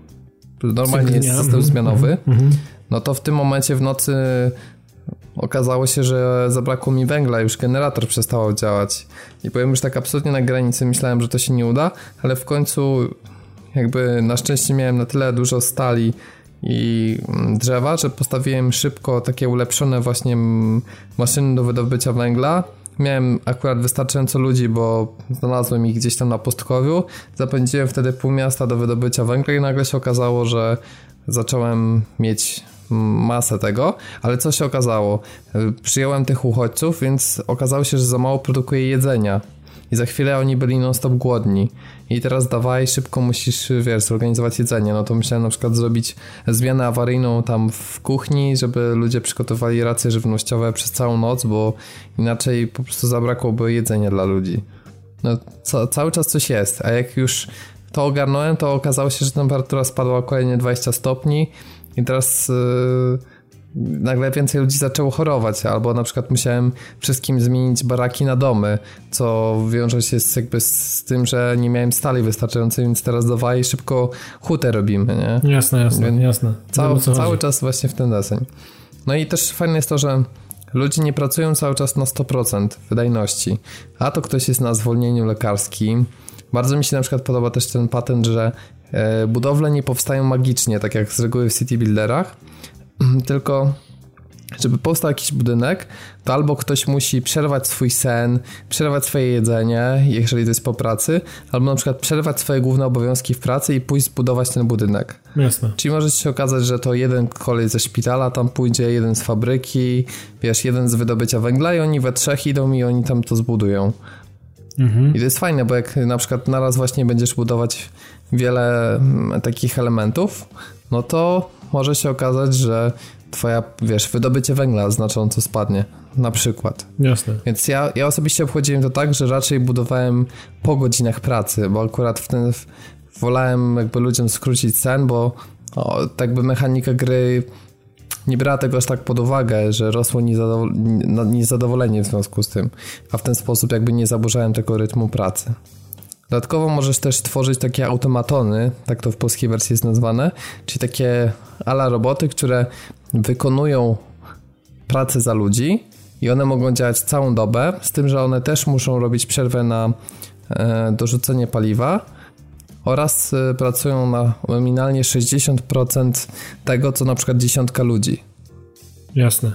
jest system zmianowy, no to w tym momencie w nocy okazało się, że zabrakło mi węgla, już generator przestał działać i byłem już tak absolutnie na granicy, myślałem, że to się nie uda, ale w końcu jakby na szczęście miałem na tyle dużo stali i drzewa, że postawiłem szybko takie ulepszone właśnie maszyny do wydobycia węgla, miałem akurat wystarczająco ludzi, bo znalazłem ich gdzieś tam na pustkowiu, zapędziłem wtedy pół miasta do wydobycia węgla i nagle się okazało, że zacząłem mieć masę tego, ale co się okazało? Przyjąłem tych uchodźców, więc okazało się, że za mało produkuję jedzenia i za chwilę oni byli non-stop głodni i teraz dawaj, szybko musisz, wiesz, zorganizować jedzenie. No to musiałem na przykład zrobić zmianę awaryjną tam w kuchni, żeby ludzie przygotowali racje żywnościowe przez całą noc, bo inaczej po prostu zabrakłoby jedzenia dla ludzi. No cały czas coś jest, a jak już to ogarnąłem, to okazało się, że temperatura spadła o kolejne 20 stopni i teraz nagle więcej ludzi zaczęło chorować, albo na przykład musiałem wszystkim zmienić baraki na domy, co wiąże się z tym, że nie miałem stali wystarczającej, więc teraz dawaj szybko hutę robimy, nie? Jasne. Cały czas właśnie w ten deseń. No i też fajne jest to, że ludzie nie pracują cały czas na 100% wydajności, a to ktoś jest na zwolnieniu lekarskim. Bardzo mi się na przykład podoba też ten patent, że budowle nie powstają magicznie, tak jak z reguły w city builderach, tylko żeby powstał jakiś budynek, to albo ktoś musi przerwać swój sen, przerwać swoje jedzenie, jeżeli to jest po pracy, albo na przykład przerwać swoje główne obowiązki w pracy i pójść zbudować ten budynek. Jasne. Czyli może się okazać, że to jeden kolej ze szpitala tam pójdzie, jeden z fabryki, wiesz, jeden z wydobycia węgla i oni we trzech idą i oni tam to zbudują. I to jest fajne, bo jak na przykład naraz właśnie będziesz budować wiele takich elementów, no to może się okazać, że twoja, wiesz, wydobycie węgla znacząco spadnie, na przykład. Jasne. Więc ja osobiście obchodziłem to tak, że raczej budowałem po godzinach pracy, bo akurat wolałem jakby ludziom skrócić sen, bo tak by mechanika gry nie brała tego aż tak pod uwagę, że rosło niezadowolenie w związku z tym, a w ten sposób jakby nie zaburzałem tego rytmu pracy. Dodatkowo możesz też tworzyć takie automatony, tak to w polskiej wersji jest nazwane, czyli takie ala roboty, które wykonują pracę za ludzi i one mogą działać całą dobę, z tym, że one też muszą robić przerwę na dorzucenie paliwa oraz pracują na nominalnie 60% tego, co na przykład 10 ludzi. Jasne.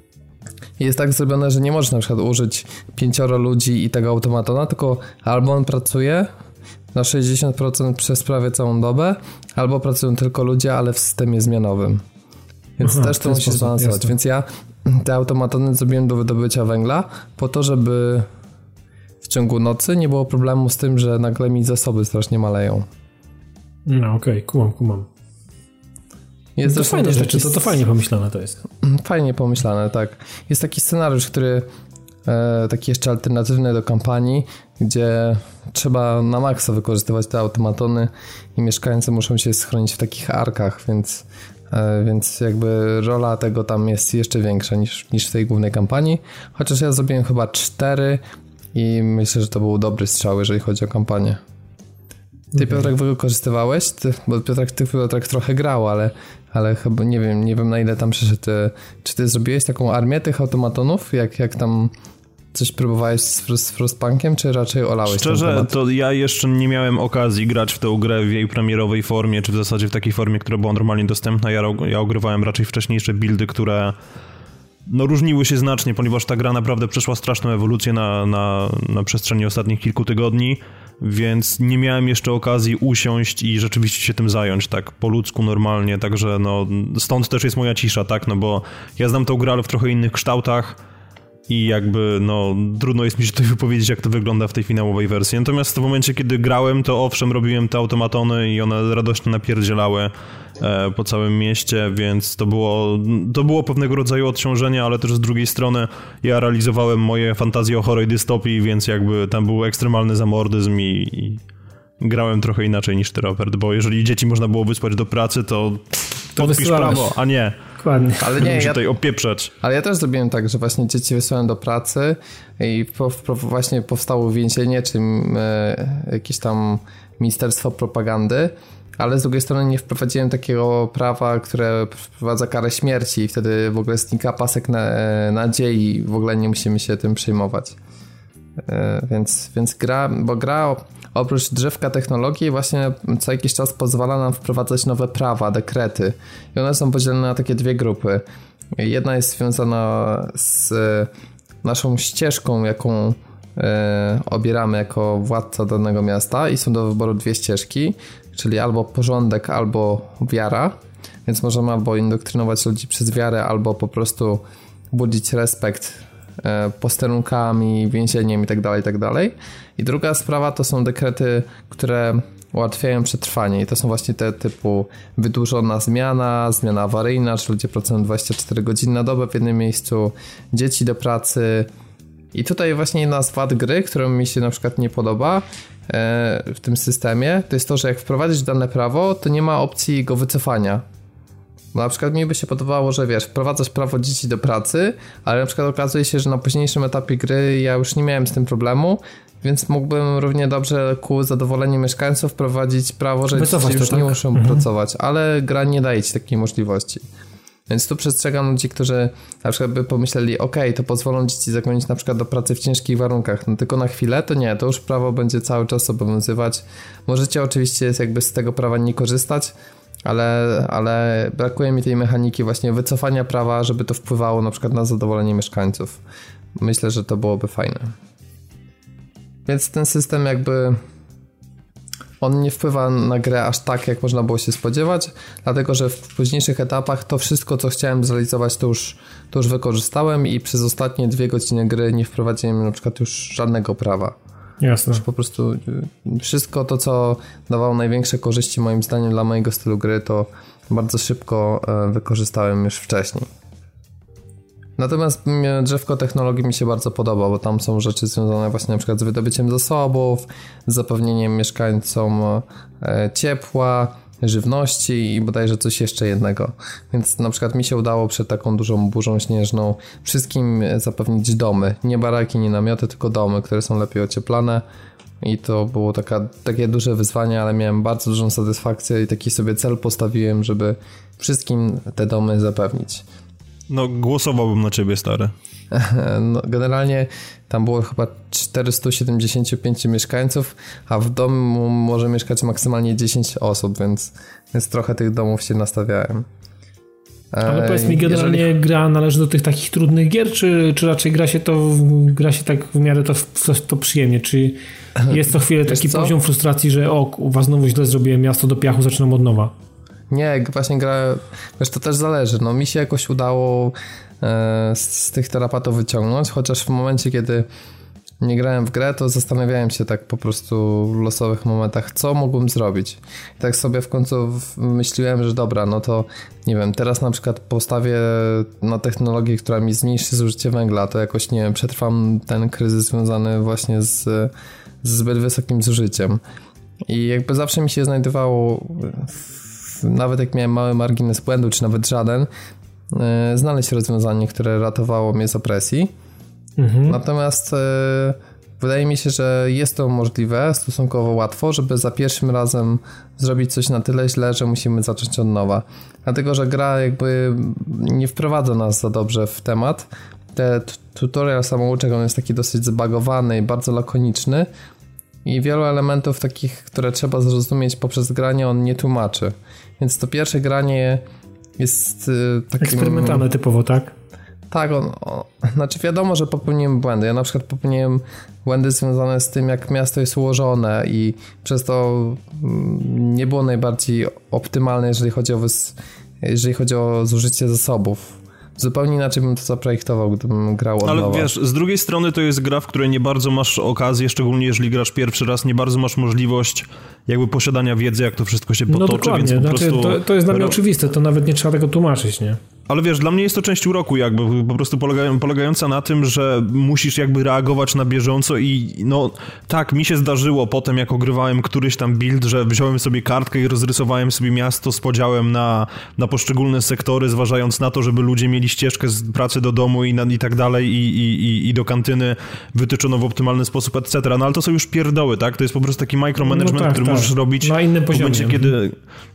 Jest tak zrobione, że nie możesz na przykład użyć 5 ludzi i tego automatona, tylko albo on pracuje na 60% przez prawie całą dobę, albo pracują tylko ludzie, ale w systemie zmianowym. Więc też to musisz zbalansować. Więc ja te automatony zrobiłem do wydobycia węgla po to, żeby w ciągu nocy nie było problemu z tym, że nagle mi zasoby strasznie maleją. No okej, kumam. Jest to fajne rzeczy, to fajnie pomyślane to jest. Fajnie pomyślane, tak. Jest taki scenariusz, który taki jeszcze alternatywny do kampanii, gdzie trzeba na maksa wykorzystywać te automatony i mieszkańcy muszą się schronić w takich arkach, więc jakby rola tego tam jest jeszcze większa niż w tej głównej kampanii. Chociaż ja zrobiłem chyba 4 i myślę, że to był dobry strzał, jeżeli chodzi o kampanię. Ty, Piotrek, wykorzystywałeś? Bo Piotrek trochę grał, ale chyba nie wiem na ile tam przyszedł. Czy ty zrobiłeś taką armię tych automatonów? Jak tam coś próbowałeś z Frostpunkiem, czy raczej olałeś? Szczerze, to ja jeszcze nie miałem okazji grać w tę grę w jej premierowej formie, czy w zasadzie w takiej formie, która była normalnie dostępna. Ja ogrywałem raczej wcześniejsze buildy, które różniły się znacznie, ponieważ ta gra naprawdę przeszła straszną ewolucję na przestrzeni ostatnich kilku tygodni, więc nie miałem jeszcze okazji usiąść i rzeczywiście się tym zająć tak po ludzku, normalnie, także stąd też jest moja cisza, tak, bo ja znam tą grę, ale w trochę innych kształtach i jakby trudno jest mi się tutaj wypowiedzieć, jak to wygląda w tej finałowej wersji. Natomiast w momencie, kiedy grałem, to owszem, robiłem te automatony i one radośnie napierdzielały po całym mieście, więc to było pewnego rodzaju odciążenie, ale też z drugiej strony ja realizowałem moje fantazje o chorej dystopii, więc jakby tam był ekstremalny zamordyzm i grałem trochę inaczej niż ty, Robert, bo jeżeli dzieci można było wysłać do pracy, to podpisz prawo, a nie. Dokładnie. Ale nie, ja tutaj opieprzać. Ale ja też zrobiłem tak, że właśnie dzieci wysłałem do pracy i właśnie powstało więzienie, czy jakieś tam ministerstwo propagandy, ale z drugiej strony nie wprowadziłem takiego prawa, które wprowadza karę śmierci i wtedy w ogóle znika pasek nadziei i w ogóle nie musimy się tym przejmować. Więc gra oprócz drzewka technologii właśnie co jakiś czas pozwala nam wprowadzać nowe prawa, dekrety i one są podzielone na takie dwie grupy. Jedna jest związana z naszą ścieżką, jaką obieramy jako władca danego miasta i są do wyboru dwie ścieżki, czyli albo porządek, albo wiara, więc możemy albo indoktrynować ludzi przez wiarę, albo po prostu budzić respekt posterunkami, więzieniem itd., itd. I druga sprawa to są dekrety, które ułatwiają przetrwanie i to są właśnie te typu wydłużona zmiana awaryjna, czy ludzie pracują 24 godziny na dobę w jednym miejscu, dzieci do pracy. I tutaj właśnie jedna z wad gry, która mi się na przykład nie podoba w tym systemie, to jest to, że jak wprowadzisz dane prawo, to nie ma opcji go wycofania. Bo na przykład mi by się podobało, że wiesz, wprowadzasz prawo dzieci do pracy, ale na przykład okazuje się, że na późniejszym etapie gry ja już nie miałem z tym problemu, więc mógłbym równie dobrze ku zadowoleniu mieszkańców wprowadzić prawo, że dzieci już nie muszą pracować, ale gra nie daje ci takiej możliwości. Więc tu przestrzegam ludzi, którzy na przykład by pomyśleli, to pozwolą dzieci zagonić na przykład do pracy w ciężkich warunkach, no tylko na chwilę, to nie, to już prawo będzie cały czas obowiązywać. Możecie oczywiście jakby z tego prawa nie korzystać, ale brakuje mi tej mechaniki właśnie wycofania prawa, żeby to wpływało na przykład na zadowolenie mieszkańców. Myślę, że to byłoby fajne. Więc ten system jakby on nie wpływa na grę aż tak, jak można było się spodziewać, dlatego że w późniejszych etapach to wszystko, co chciałem zrealizować, to już wykorzystałem i przez ostatnie 2 godziny gry nie wprowadziłem na przykład już żadnego prawa. Jasne. Już po prostu wszystko to, co dawało największe korzyści moim zdaniem dla mojego stylu gry, to bardzo szybko wykorzystałem już wcześniej. Natomiast drzewko technologii mi się bardzo podoba, bo tam są rzeczy związane właśnie na przykład z wydobyciem zasobów, z zapewnieniem mieszkańcom ciepła, żywności i bodajże coś jeszcze jednego. Więc na przykład mi się udało przed taką dużą burzą śnieżną wszystkim zapewnić domy. Nie baraki, nie namioty, tylko domy, które są lepiej ocieplane. I to było takie duże wyzwanie, ale miałem bardzo dużą satysfakcję i taki sobie cel postawiłem, żeby wszystkim te domy zapewnić. No, głosowałbym na ciebie, stary. No, generalnie tam było chyba 475 mieszkańców, a w domu może mieszkać maksymalnie 10 osób, więc trochę tych domów się nastawiałem. Ale powiedz mi, generalnie gra należy do tych takich trudnych gier, czy raczej gra się tak w miarę to przyjemnie? Czy jest co chwilę taki poziom frustracji, że znowu źle zrobiłem, miasto do piachu, zaczynam od nowa? Nie, właśnie gra, wiesz, to też zależy. No mi się jakoś udało z tych tarapatów wyciągnąć, chociaż w momencie, kiedy nie grałem w grę, to zastanawiałem się tak po prostu w losowych momentach, co mógłbym zrobić. I tak sobie w końcu myśliłem, że dobra, no to nie wiem, teraz na przykład postawię na technologię, która mi zmniejszy zużycie węgla, to jakoś, nie wiem, przetrwam ten kryzys związany właśnie z zbyt wysokim zużyciem. I jakby zawsze mi się znajdowało, nawet jak miałem mały margines błędu, czy nawet żaden, znaleźć rozwiązanie, które ratowało mnie z opresji. Natomiast wydaje mi się, że jest to możliwe stosunkowo łatwo, żeby za pierwszym razem zrobić coś na tyle źle, że musimy zacząć od nowa. Dlatego, że gra jakby nie wprowadza nas za dobrze w temat. Tutorial samouczek, on jest taki dosyć zbagowany i bardzo lakoniczny i wielu elementów takich, które trzeba zrozumieć poprzez granie, on nie tłumaczy. Więc to pierwsze granie jest takim... Eksperymentalne typowo, tak? Tak, znaczy wiadomo, że popełniłem błędy. Ja na przykład popełniłem błędy związane z tym, jak miasto jest ułożone i przez to nie było najbardziej optymalne, jeżeli chodzi o zużycie zasobów. Zupełnie inaczej bym to zaprojektował, gdybym grał od nowa. Ale wiesz, z drugiej strony to jest gra, w której nie bardzo masz okazję, szczególnie jeżeli grasz pierwszy raz, nie bardzo masz możliwość jakby posiadania wiedzy, jak to wszystko się potoczy. No dokładnie, więc po prostu... to jest dla mnie oczywiste, to nawet nie trzeba tego tłumaczyć, nie? Ale wiesz, dla mnie jest to część uroku jakby, po prostu polegająca na tym, że musisz jakby reagować na bieżąco i no tak, mi się zdarzyło potem, jak ogrywałem któryś tam build, że wziąłem sobie kartkę i rozrysowałem sobie miasto z podziałem na poszczególne sektory, zważając na to, żeby ludzie mieli ścieżkę z pracy do domu i tak dalej i do kantyny wytyczono w optymalny sposób, etc. No ale to są już pierdoły, tak? To jest po prostu taki micromanagement, który możesz robić na innym poziomie. W momencie, kiedy...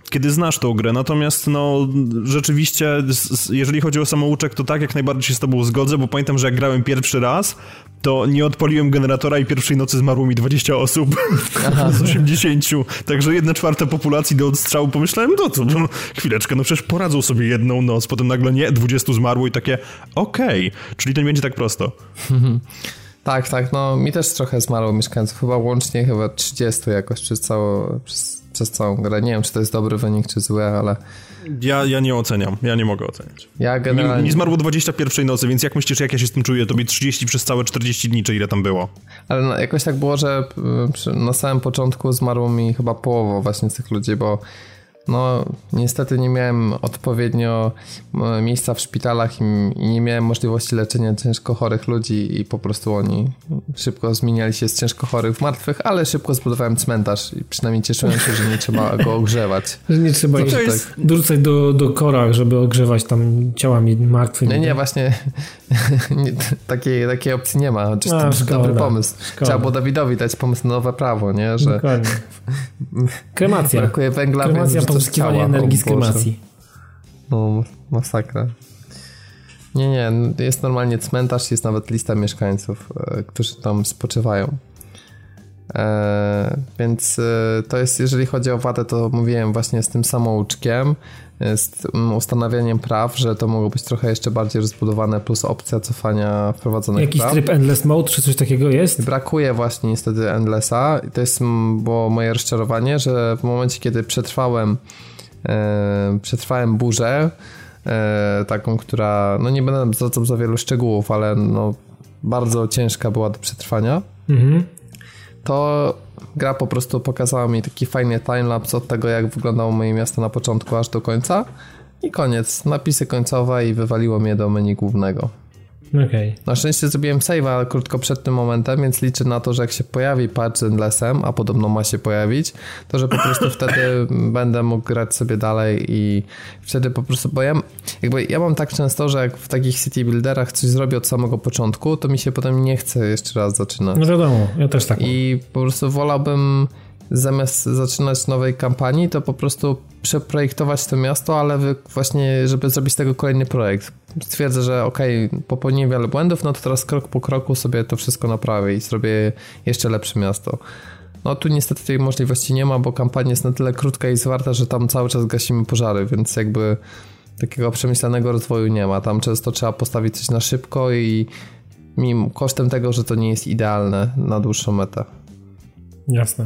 kiedy znasz tą grę. Natomiast no rzeczywiście, jeżeli chodzi o samouczek, to tak, jak najbardziej się z tobą zgodzę, bo pamiętam, że jak grałem pierwszy raz, to nie odpaliłem generatora i pierwszej nocy zmarło mi 20 osób z 80. Także 1/4 populacji do odstrzału. Pomyślałem, no chwileczkę, no przecież poradzą sobie jedną noc, potem nagle nie, 20 zmarło i takie okej, czyli to nie będzie tak prosto. Tak, no mi też trochę zmarło mieszkańców, chyba 30 jakoś przez całą grę. Nie wiem, czy to jest dobry wynik, czy zły, ale... Ja nie oceniam, ja nie mogę oceniać. Ja generalnie... Mi zmarło 21 nocy, więc jak myślisz, jak ja się z tym czuję? Tobie 30 przez całe 40 dni, czy ile tam było? Ale no, jakoś tak było, że na samym początku zmarło mi chyba połowa właśnie tych ludzi, bo no niestety nie miałem odpowiednio miejsca w szpitalach i nie miałem możliwości leczenia ciężko chorych ludzi i po prostu oni szybko zmieniali się z ciężko chorych w martwych, ale szybko zbudowałem cmentarz i przynajmniej cieszyłem się, że nie trzeba go ogrzewać. Że nie trzeba ich dorzucać do kora, żeby ogrzewać tam ciałami martwymi. Nie, właśnie takiej opcji nie ma. Chociaż to jest dobry pomysł. Trzeba było Dawidowi dać pomysł na nowe prawo, nie? Że dokładnie. Kremacja. Brakuje węgla, kremacja, pozyskiwanie energii z kremacji. No, masakra. Nie, jest normalnie cmentarz, jest nawet lista mieszkańców, którzy tam spoczywają. Więc to jest, jeżeli chodzi o wadę, to mówiłem właśnie z tym samouczkiem, z ustanawianiem praw, że to mogło być trochę jeszcze bardziej rozbudowane, plus opcja cofania wprowadzonych jakiś praw. tryb Endless Mode, czy coś takiego jest? Brakuje właśnie niestety Endlessa i to było moje rozczarowanie, że w momencie, kiedy przetrwałem burzę, taką, która, no nie będę zwracał za wielu szczegółów, ale no bardzo ciężka była do przetrwania, to gra po prostu pokazała mi taki fajny timelapse od tego, jak wyglądało moje miasto na początku aż do końca i koniec, napisy końcowe i wywaliło mnie do menu głównego. Okay. Na szczęście zrobiłem save'a krótko przed tym momentem, więc liczę na to, że jak się pojawi patch z Endlessem, a podobno ma się pojawić, to że po prostu wtedy będę mógł grać sobie dalej i wtedy po prostu, bo ja mam tak często, że jak w takich city builderach coś zrobię od samego początku, to mi się potem nie chce jeszcze raz zaczynać. No wiadomo, ja też tak mam. I po prostu wolałbym zamiast zaczynać nowej kampanii, to po prostu przeprojektować to miasto, ale właśnie, żeby zrobić z tego kolejny projekt. Stwierdzę, że popełniłem wiele błędów, no to teraz krok po kroku sobie to wszystko naprawię i zrobię jeszcze lepsze miasto. No tu niestety tej możliwości nie ma, bo kampania jest na tyle krótka i zwarta, że tam cały czas gasimy pożary, więc jakby takiego przemyślanego rozwoju nie ma. Tam często trzeba postawić coś na szybko i kosztem tego, że to nie jest idealne na dłuższą metę. Jasne.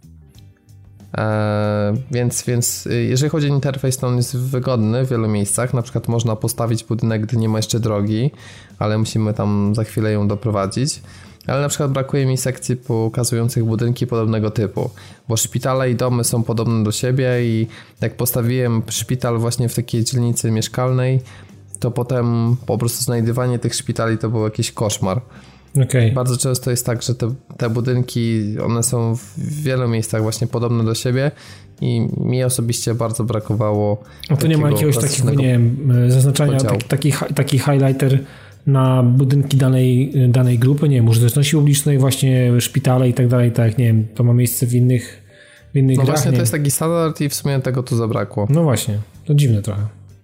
Więc jeżeli chodzi o interfejs, to on jest wygodny w wielu miejscach. Na przykład można postawić budynek, gdy nie ma jeszcze drogi, ale musimy tam za chwilę ją doprowadzić. Ale na przykład brakuje mi sekcji pokazujących budynki podobnego typu, bo szpitale i domy są podobne do siebie i jak postawiłem szpital właśnie w takiej dzielnicy mieszkalnej, to potem po prostu znajdywanie tych szpitali to był jakiś koszmar. Okay. Bardzo często jest tak, że te budynki, one są w wielu miejscach właśnie podobne do siebie i mi osobiście bardzo brakowało. A to nie ma jakiegoś takiego, nie wiem, zaznaczania, taki highlighter na budynki danej grupy, nie wiem, użyteczności publicznej, właśnie szpitale i tak dalej, tak, nie wiem, to ma miejsce w innych grach. No właśnie, to jest taki standard i w sumie tego tu zabrakło. No właśnie, to dziwne trochę.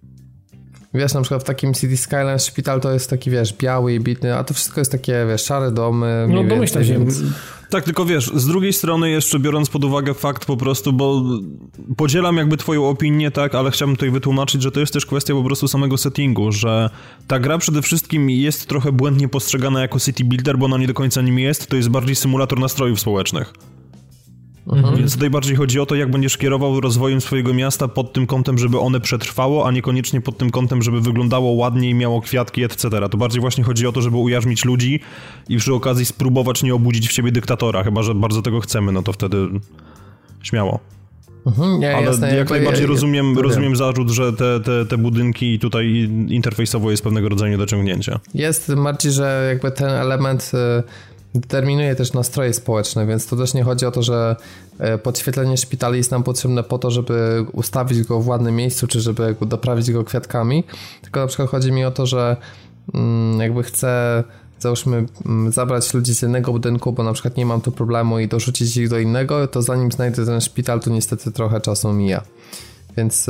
Wiesz, na przykład w takim City Skylines szpital to jest taki, wiesz, biały i bitny, a to wszystko jest takie, wiesz, szare domy. No domyślam się. Tak, tylko wiesz, z drugiej strony jeszcze biorąc pod uwagę fakt po prostu, bo podzielam jakby twoją opinię, tak, ale chciałbym tutaj wytłumaczyć, że to jest też kwestia po prostu samego settingu, że ta gra przede wszystkim jest trochę błędnie postrzegana jako city builder, bo ona nie do końca nim jest, to jest bardziej symulator nastrojów społecznych. Więc tutaj bardziej chodzi o to, jak będziesz kierował rozwojem swojego miasta pod tym kątem, żeby one przetrwało, a niekoniecznie pod tym kątem, żeby wyglądało ładniej, miało kwiatki, etc. To bardziej właśnie chodzi o to, żeby ujarzmić ludzi i przy okazji spróbować nie obudzić w siebie dyktatora, chyba że bardzo tego chcemy, no to wtedy śmiało. Ale jasne, jak najbardziej rozumiem zarzut, że te budynki tutaj interfejsowo jest pewnego rodzaju niedociągnięcie. Jest, tym bardziej, że jakby ten element determinuje też nastroje społeczne, więc to też nie chodzi o to, że podświetlenie szpitali jest nam potrzebne po to, żeby ustawić go w ładnym miejscu, czy żeby doprawić go kwiatkami, tylko na przykład chodzi mi o to, że jakby chcę, załóżmy, zabrać ludzi z jednego budynku, bo na przykład nie mam tu problemu i dorzucić ich do innego, to zanim znajdę ten szpital, to niestety trochę czasu mija. Więc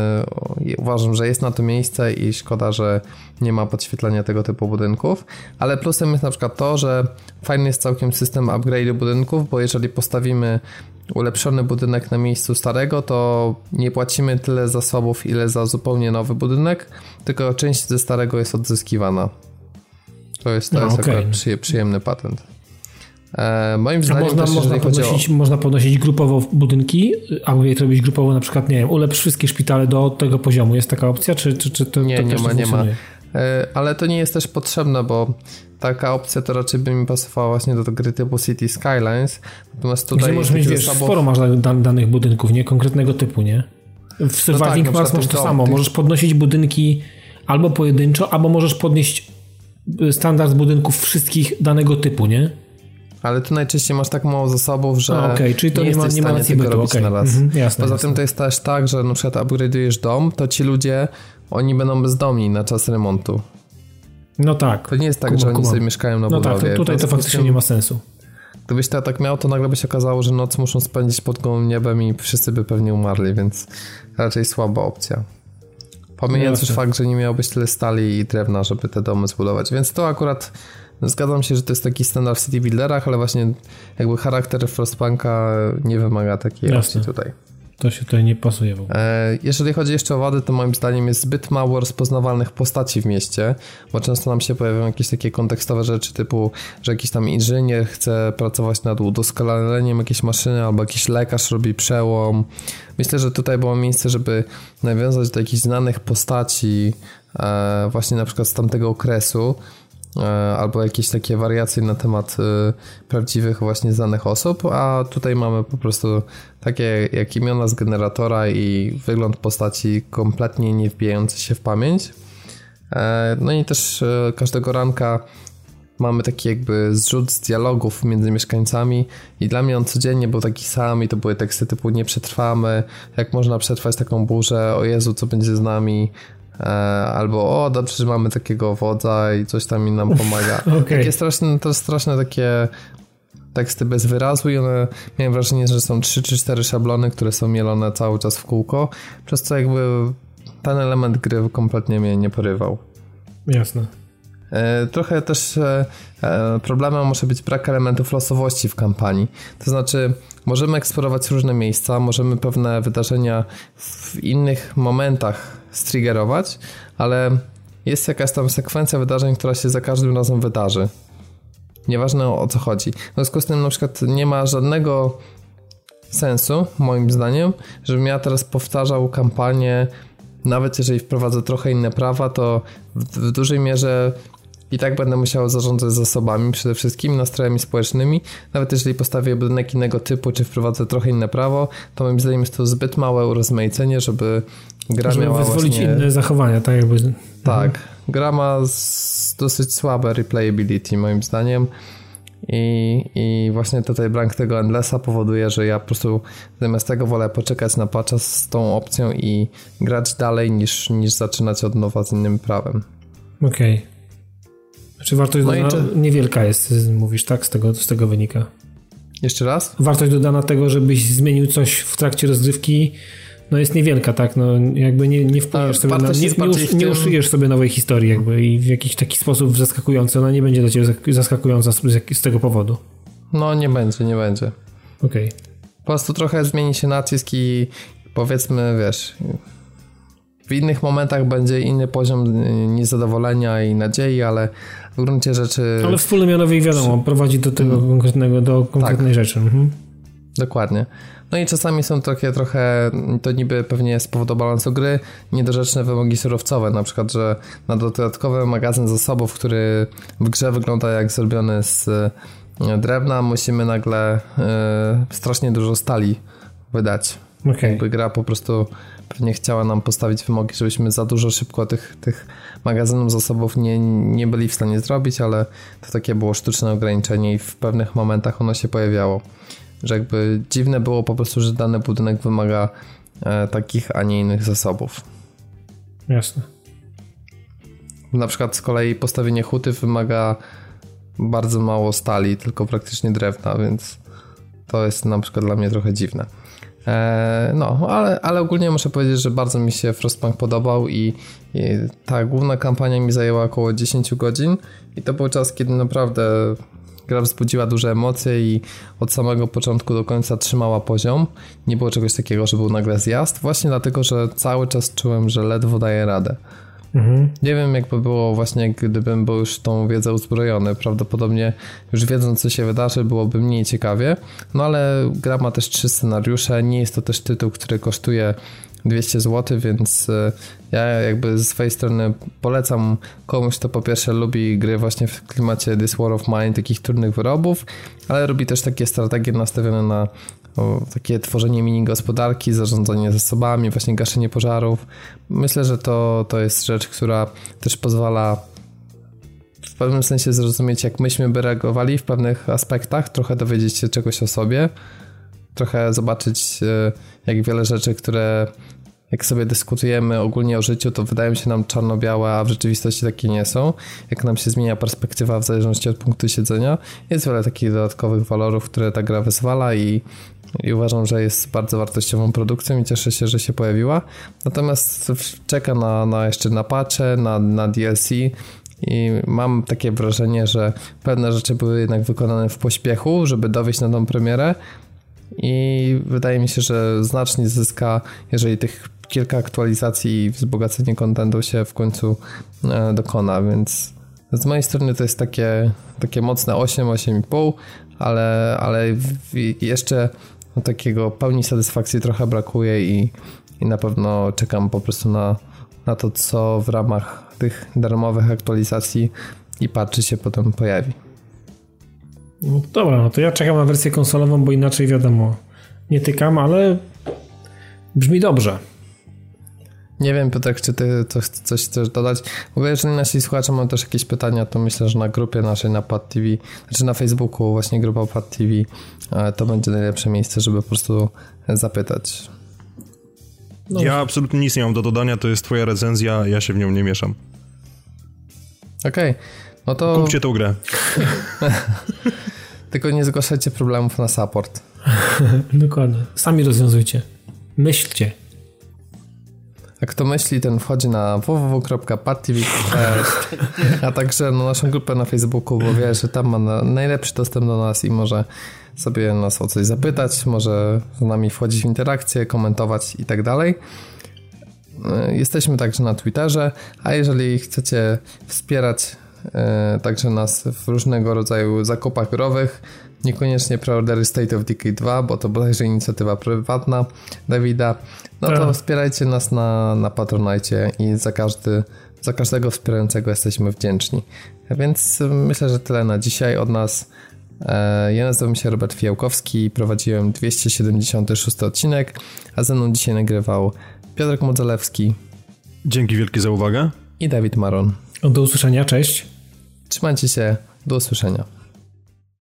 uważam, że jest na to miejsce i szkoda, że nie ma podświetlenia tego typu budynków, ale plusem jest na przykład to, że fajny jest całkiem system upgrade'u budynków, bo jeżeli postawimy ulepszony budynek na miejscu starego, to nie płacimy tyle zasobów, ile za zupełnie nowy budynek, tylko część ze starego jest odzyskiwana. To jest akurat przyjemny patent. Moim zdaniem można podnosić grupowo budynki, upgrade robić grupowo, na przykład, nie wiem, ulepsz wszystkie szpitale do tego poziomu. Jest taka opcja, czy to nie ma. Ale to nie jest też potrzebne, bo taka opcja to raczej by mi pasowała właśnie do gry typu City Skylines. Natomiast tutaj gdzie możesz mieć, sporo masz danych budynków, nie? Konkretnego typu, nie? W Surviving Mars masz to samo. Możesz podnosić budynki albo pojedynczo, albo możesz podnieść standard budynków wszystkich danego typu, nie? Ale tu najczęściej masz tak mało zasobów, że czyli to nie ma tego robić na raz. Poza tym to jest też tak, że na przykład upgrade'ujesz dom, to ci ludzie, oni będą bezdomni na czas remontu. No tak. To nie jest tak, że oni sobie mieszkają na budowie. No tak, tutaj to faktycznie nie ma sensu. Gdybyś to tak miał, to nagle by się okazało, że noc muszą spędzić pod gołym niebem i wszyscy by pewnie umarli, więc raczej słaba opcja. Pomijając już fakt, że nie miałbyś tyle stali i drewna, żeby te domy zbudować, więc to akurat zgadzam się, że to jest taki standard w city builderach, ale właśnie jakby charakter Frostpunka nie wymaga takiej opcji tutaj. To się tutaj nie pasuje w ogóle. Jeżeli chodzi jeszcze o wady, to moim zdaniem jest zbyt mało rozpoznawalnych postaci w mieście, bo często nam się pojawiają jakieś takie kontekstowe rzeczy typu, że jakiś tam inżynier chce pracować nad udoskonaleniem jakiejś maszyny, albo jakiś lekarz robi przełom. Myślę, że tutaj było miejsce, żeby nawiązać do jakichś znanych postaci właśnie na przykład z tamtego okresu, albo jakieś takie wariacje na temat prawdziwych właśnie znanych osób, a tutaj mamy po prostu takie jak imiona z generatora i wygląd postaci kompletnie nie wbijający się w pamięć. No i też każdego ranka mamy taki jakby zrzut z dialogów między mieszkańcami i dla mnie on codziennie był taki sam i to były teksty typu nie przetrwamy, jak można przetrwać taką burzę, o Jezu, co będzie z nami, albo o, dobrze, że mamy takiego wodza i coś tam nam pomaga. Takie straszne takie teksty bez wyrazu i one, miałem wrażenie, że są 3 czy 4 szablony, które są mielone cały czas w kółko, przez co jakby ten element gry kompletnie mnie nie porywał. Jasne. Trochę też problemem może być brak elementów losowości w kampanii. To znaczy, możemy eksplorować różne miejsca, możemy pewne wydarzenia w innych momentach striggerować, ale jest jakaś tam sekwencja wydarzeń, która się za każdym razem wydarzy. Nieważne o co chodzi. W związku z tym na przykład nie ma żadnego sensu, moim zdaniem, żebym ja teraz powtarzał kampanię, nawet jeżeli wprowadzę trochę inne prawa, to w dużej mierze i tak będę musiał zarządzać zasobami, przede wszystkim nastrojami społecznymi. Nawet jeżeli postawię budynek innego typu, czy wprowadzę trochę inne prawo, to moim zdaniem jest to zbyt małe urozmaicenie, żeby gra miała wyzwolić właśnie inne zachowania, tak jakby. Tak, gra ma dosyć słabe replayability moim zdaniem i właśnie tutaj brak tego endlessa powoduje, że ja po prostu zamiast tego wolę poczekać na patcha z tą opcją i grać dalej niż zaczynać od nowa z innym prawem. Okej. Znaczy wartość dodana niewielka jest, mówisz, tak? Z tego wynika. Jeszcze raz? Wartość dodana tego, żebyś zmienił coś w trakcie rozgrywki, no jest niewielka, tak? No jakby nie wpłyniesz sobie nie uszyjesz sobie nowej historii jakby i w jakiś taki sposób zaskakujący. Ona nie będzie dla ciebie zaskakująca z tego powodu. No nie będzie. Okej. Po prostu trochę zmieni się nacisk i powiedzmy, wiesz, w innych momentach będzie inny poziom niezadowolenia i nadziei, ale w gruncie rzeczy... Ale wspólny mianownik wiadomo, prowadzi do tego konkretnej rzeczy. Dokładnie. No i czasami są takie trochę, to niby pewnie z powodu balansu gry, niedorzeczne wymogi surowcowe, na przykład, że na dodatkowy magazyn zasobów, który w grze wygląda jak zrobiony z drewna, musimy nagle strasznie dużo stali wydać. Jakby gra po prostu pewnie chciała nam postawić wymogi, żebyśmy za dużo szybko tych magazynów zasobów nie byli w stanie zrobić, ale to takie było sztuczne ograniczenie i w pewnych momentach ono się pojawiało. Że jakby dziwne było po prostu, że dany budynek wymaga takich, a nie innych zasobów. Jasne. Na przykład z kolei postawienie huty wymaga bardzo mało stali, tylko praktycznie drewna, więc to jest na przykład dla mnie trochę dziwne. No, ale ogólnie muszę powiedzieć, że bardzo mi się Frostpunk podobał i ta główna kampania mi zajęła około 10 godzin i to był czas, kiedy naprawdę gra wzbudziła duże emocje i od samego początku do końca trzymała poziom. Nie było czegoś takiego, że był nagle zjazd, właśnie dlatego, że cały czas czułem, że ledwo daję radę. Nie wiem, jakby było właśnie, gdybym był już tą wiedzą uzbrojony. Prawdopodobnie już wiedząc, co się wydarzy, byłoby mniej ciekawie. No ale gra ma też 3 scenariusze. Nie jest to też tytuł, który kosztuje 200 zł, więc ja jakby ze swojej strony polecam komuś, kto po pierwsze lubi gry właśnie w klimacie This War of Mine, takich trudnych wyrobów, ale robi też takie strategie nastawione na takie tworzenie mini gospodarki, zarządzanie zasobami, właśnie gaszenie pożarów. Myślę, że to jest rzecz, która też pozwala w pewnym sensie zrozumieć, jak myśmy by reagowali w pewnych aspektach, trochę dowiedzieć się czegoś o sobie, trochę zobaczyć, jak wiele rzeczy, które jak sobie dyskutujemy ogólnie o życiu, to wydają się nam czarno-białe, a w rzeczywistości takie nie są. Jak nam się zmienia perspektywa w zależności od punktu siedzenia. Jest wiele takich dodatkowych walorów, które ta gra wyzwala i uważam, że jest bardzo wartościową produkcją i cieszę się, że się pojawiła. Natomiast czeka jeszcze na patche, na DLC i mam takie wrażenie, że pewne rzeczy były jednak wykonane w pośpiechu, żeby dowieść na tą premierę i wydaje mi się, że znacznie zyska, jeżeli tych kilka aktualizacji i wzbogacenie kontentu się w końcu dokona, więc z mojej strony to jest takie mocne 8,5, ale jeszcze takiego pełni satysfakcji trochę brakuje i na pewno czekam po prostu na to, co w ramach tych darmowych aktualizacji i patchy się potem pojawi. No dobra, no to ja czekam na wersję konsolową, bo inaczej wiadomo, nie tykam, ale brzmi dobrze. Nie wiem, Piotrek, czy ty coś chcesz dodać? W ogóle, jeżeli nasi słuchacze mają też jakieś pytania, to myślę, że na grupie naszej na Pad TV, znaczy na Facebooku właśnie grupa Pad TV, to będzie najlepsze miejsce, żeby po prostu zapytać. No. Ja absolutnie nic nie mam do dodania, to jest twoja recenzja, ja się w nią nie mieszam. Okej. No to... Kupcie tą grę. Tylko nie zgłaszajcie problemów na support. Dokładnie. Sami rozwiązujcie. Myślcie. A kto myśli, ten wchodzi na www.padtv.pl, a także na naszą grupę na Facebooku, bo wie, że tam ma najlepszy dostęp do nas i może sobie nas o coś zapytać, może z nami wchodzić w interakcję, komentować i tak dalej. Jesteśmy także na Twitterze, a jeżeli chcecie wspierać także nas w różnego rodzaju zakupach growych, niekoniecznie preordery State of Decay 2, bo to bodajże inicjatywa prywatna Dawida, no to wspierajcie nas na Patronite i za każdego wspierającego jesteśmy wdzięczni. Więc myślę, że tyle na dzisiaj od nas. Ja nazywam się Robert Fijałkowski, prowadziłem 276 odcinek, a ze mną dzisiaj nagrywał Piotrek Modzelewski. Dzięki wielkie za uwagę. I Dawid Maron. Do usłyszenia, cześć. Trzymajcie się, do usłyszenia.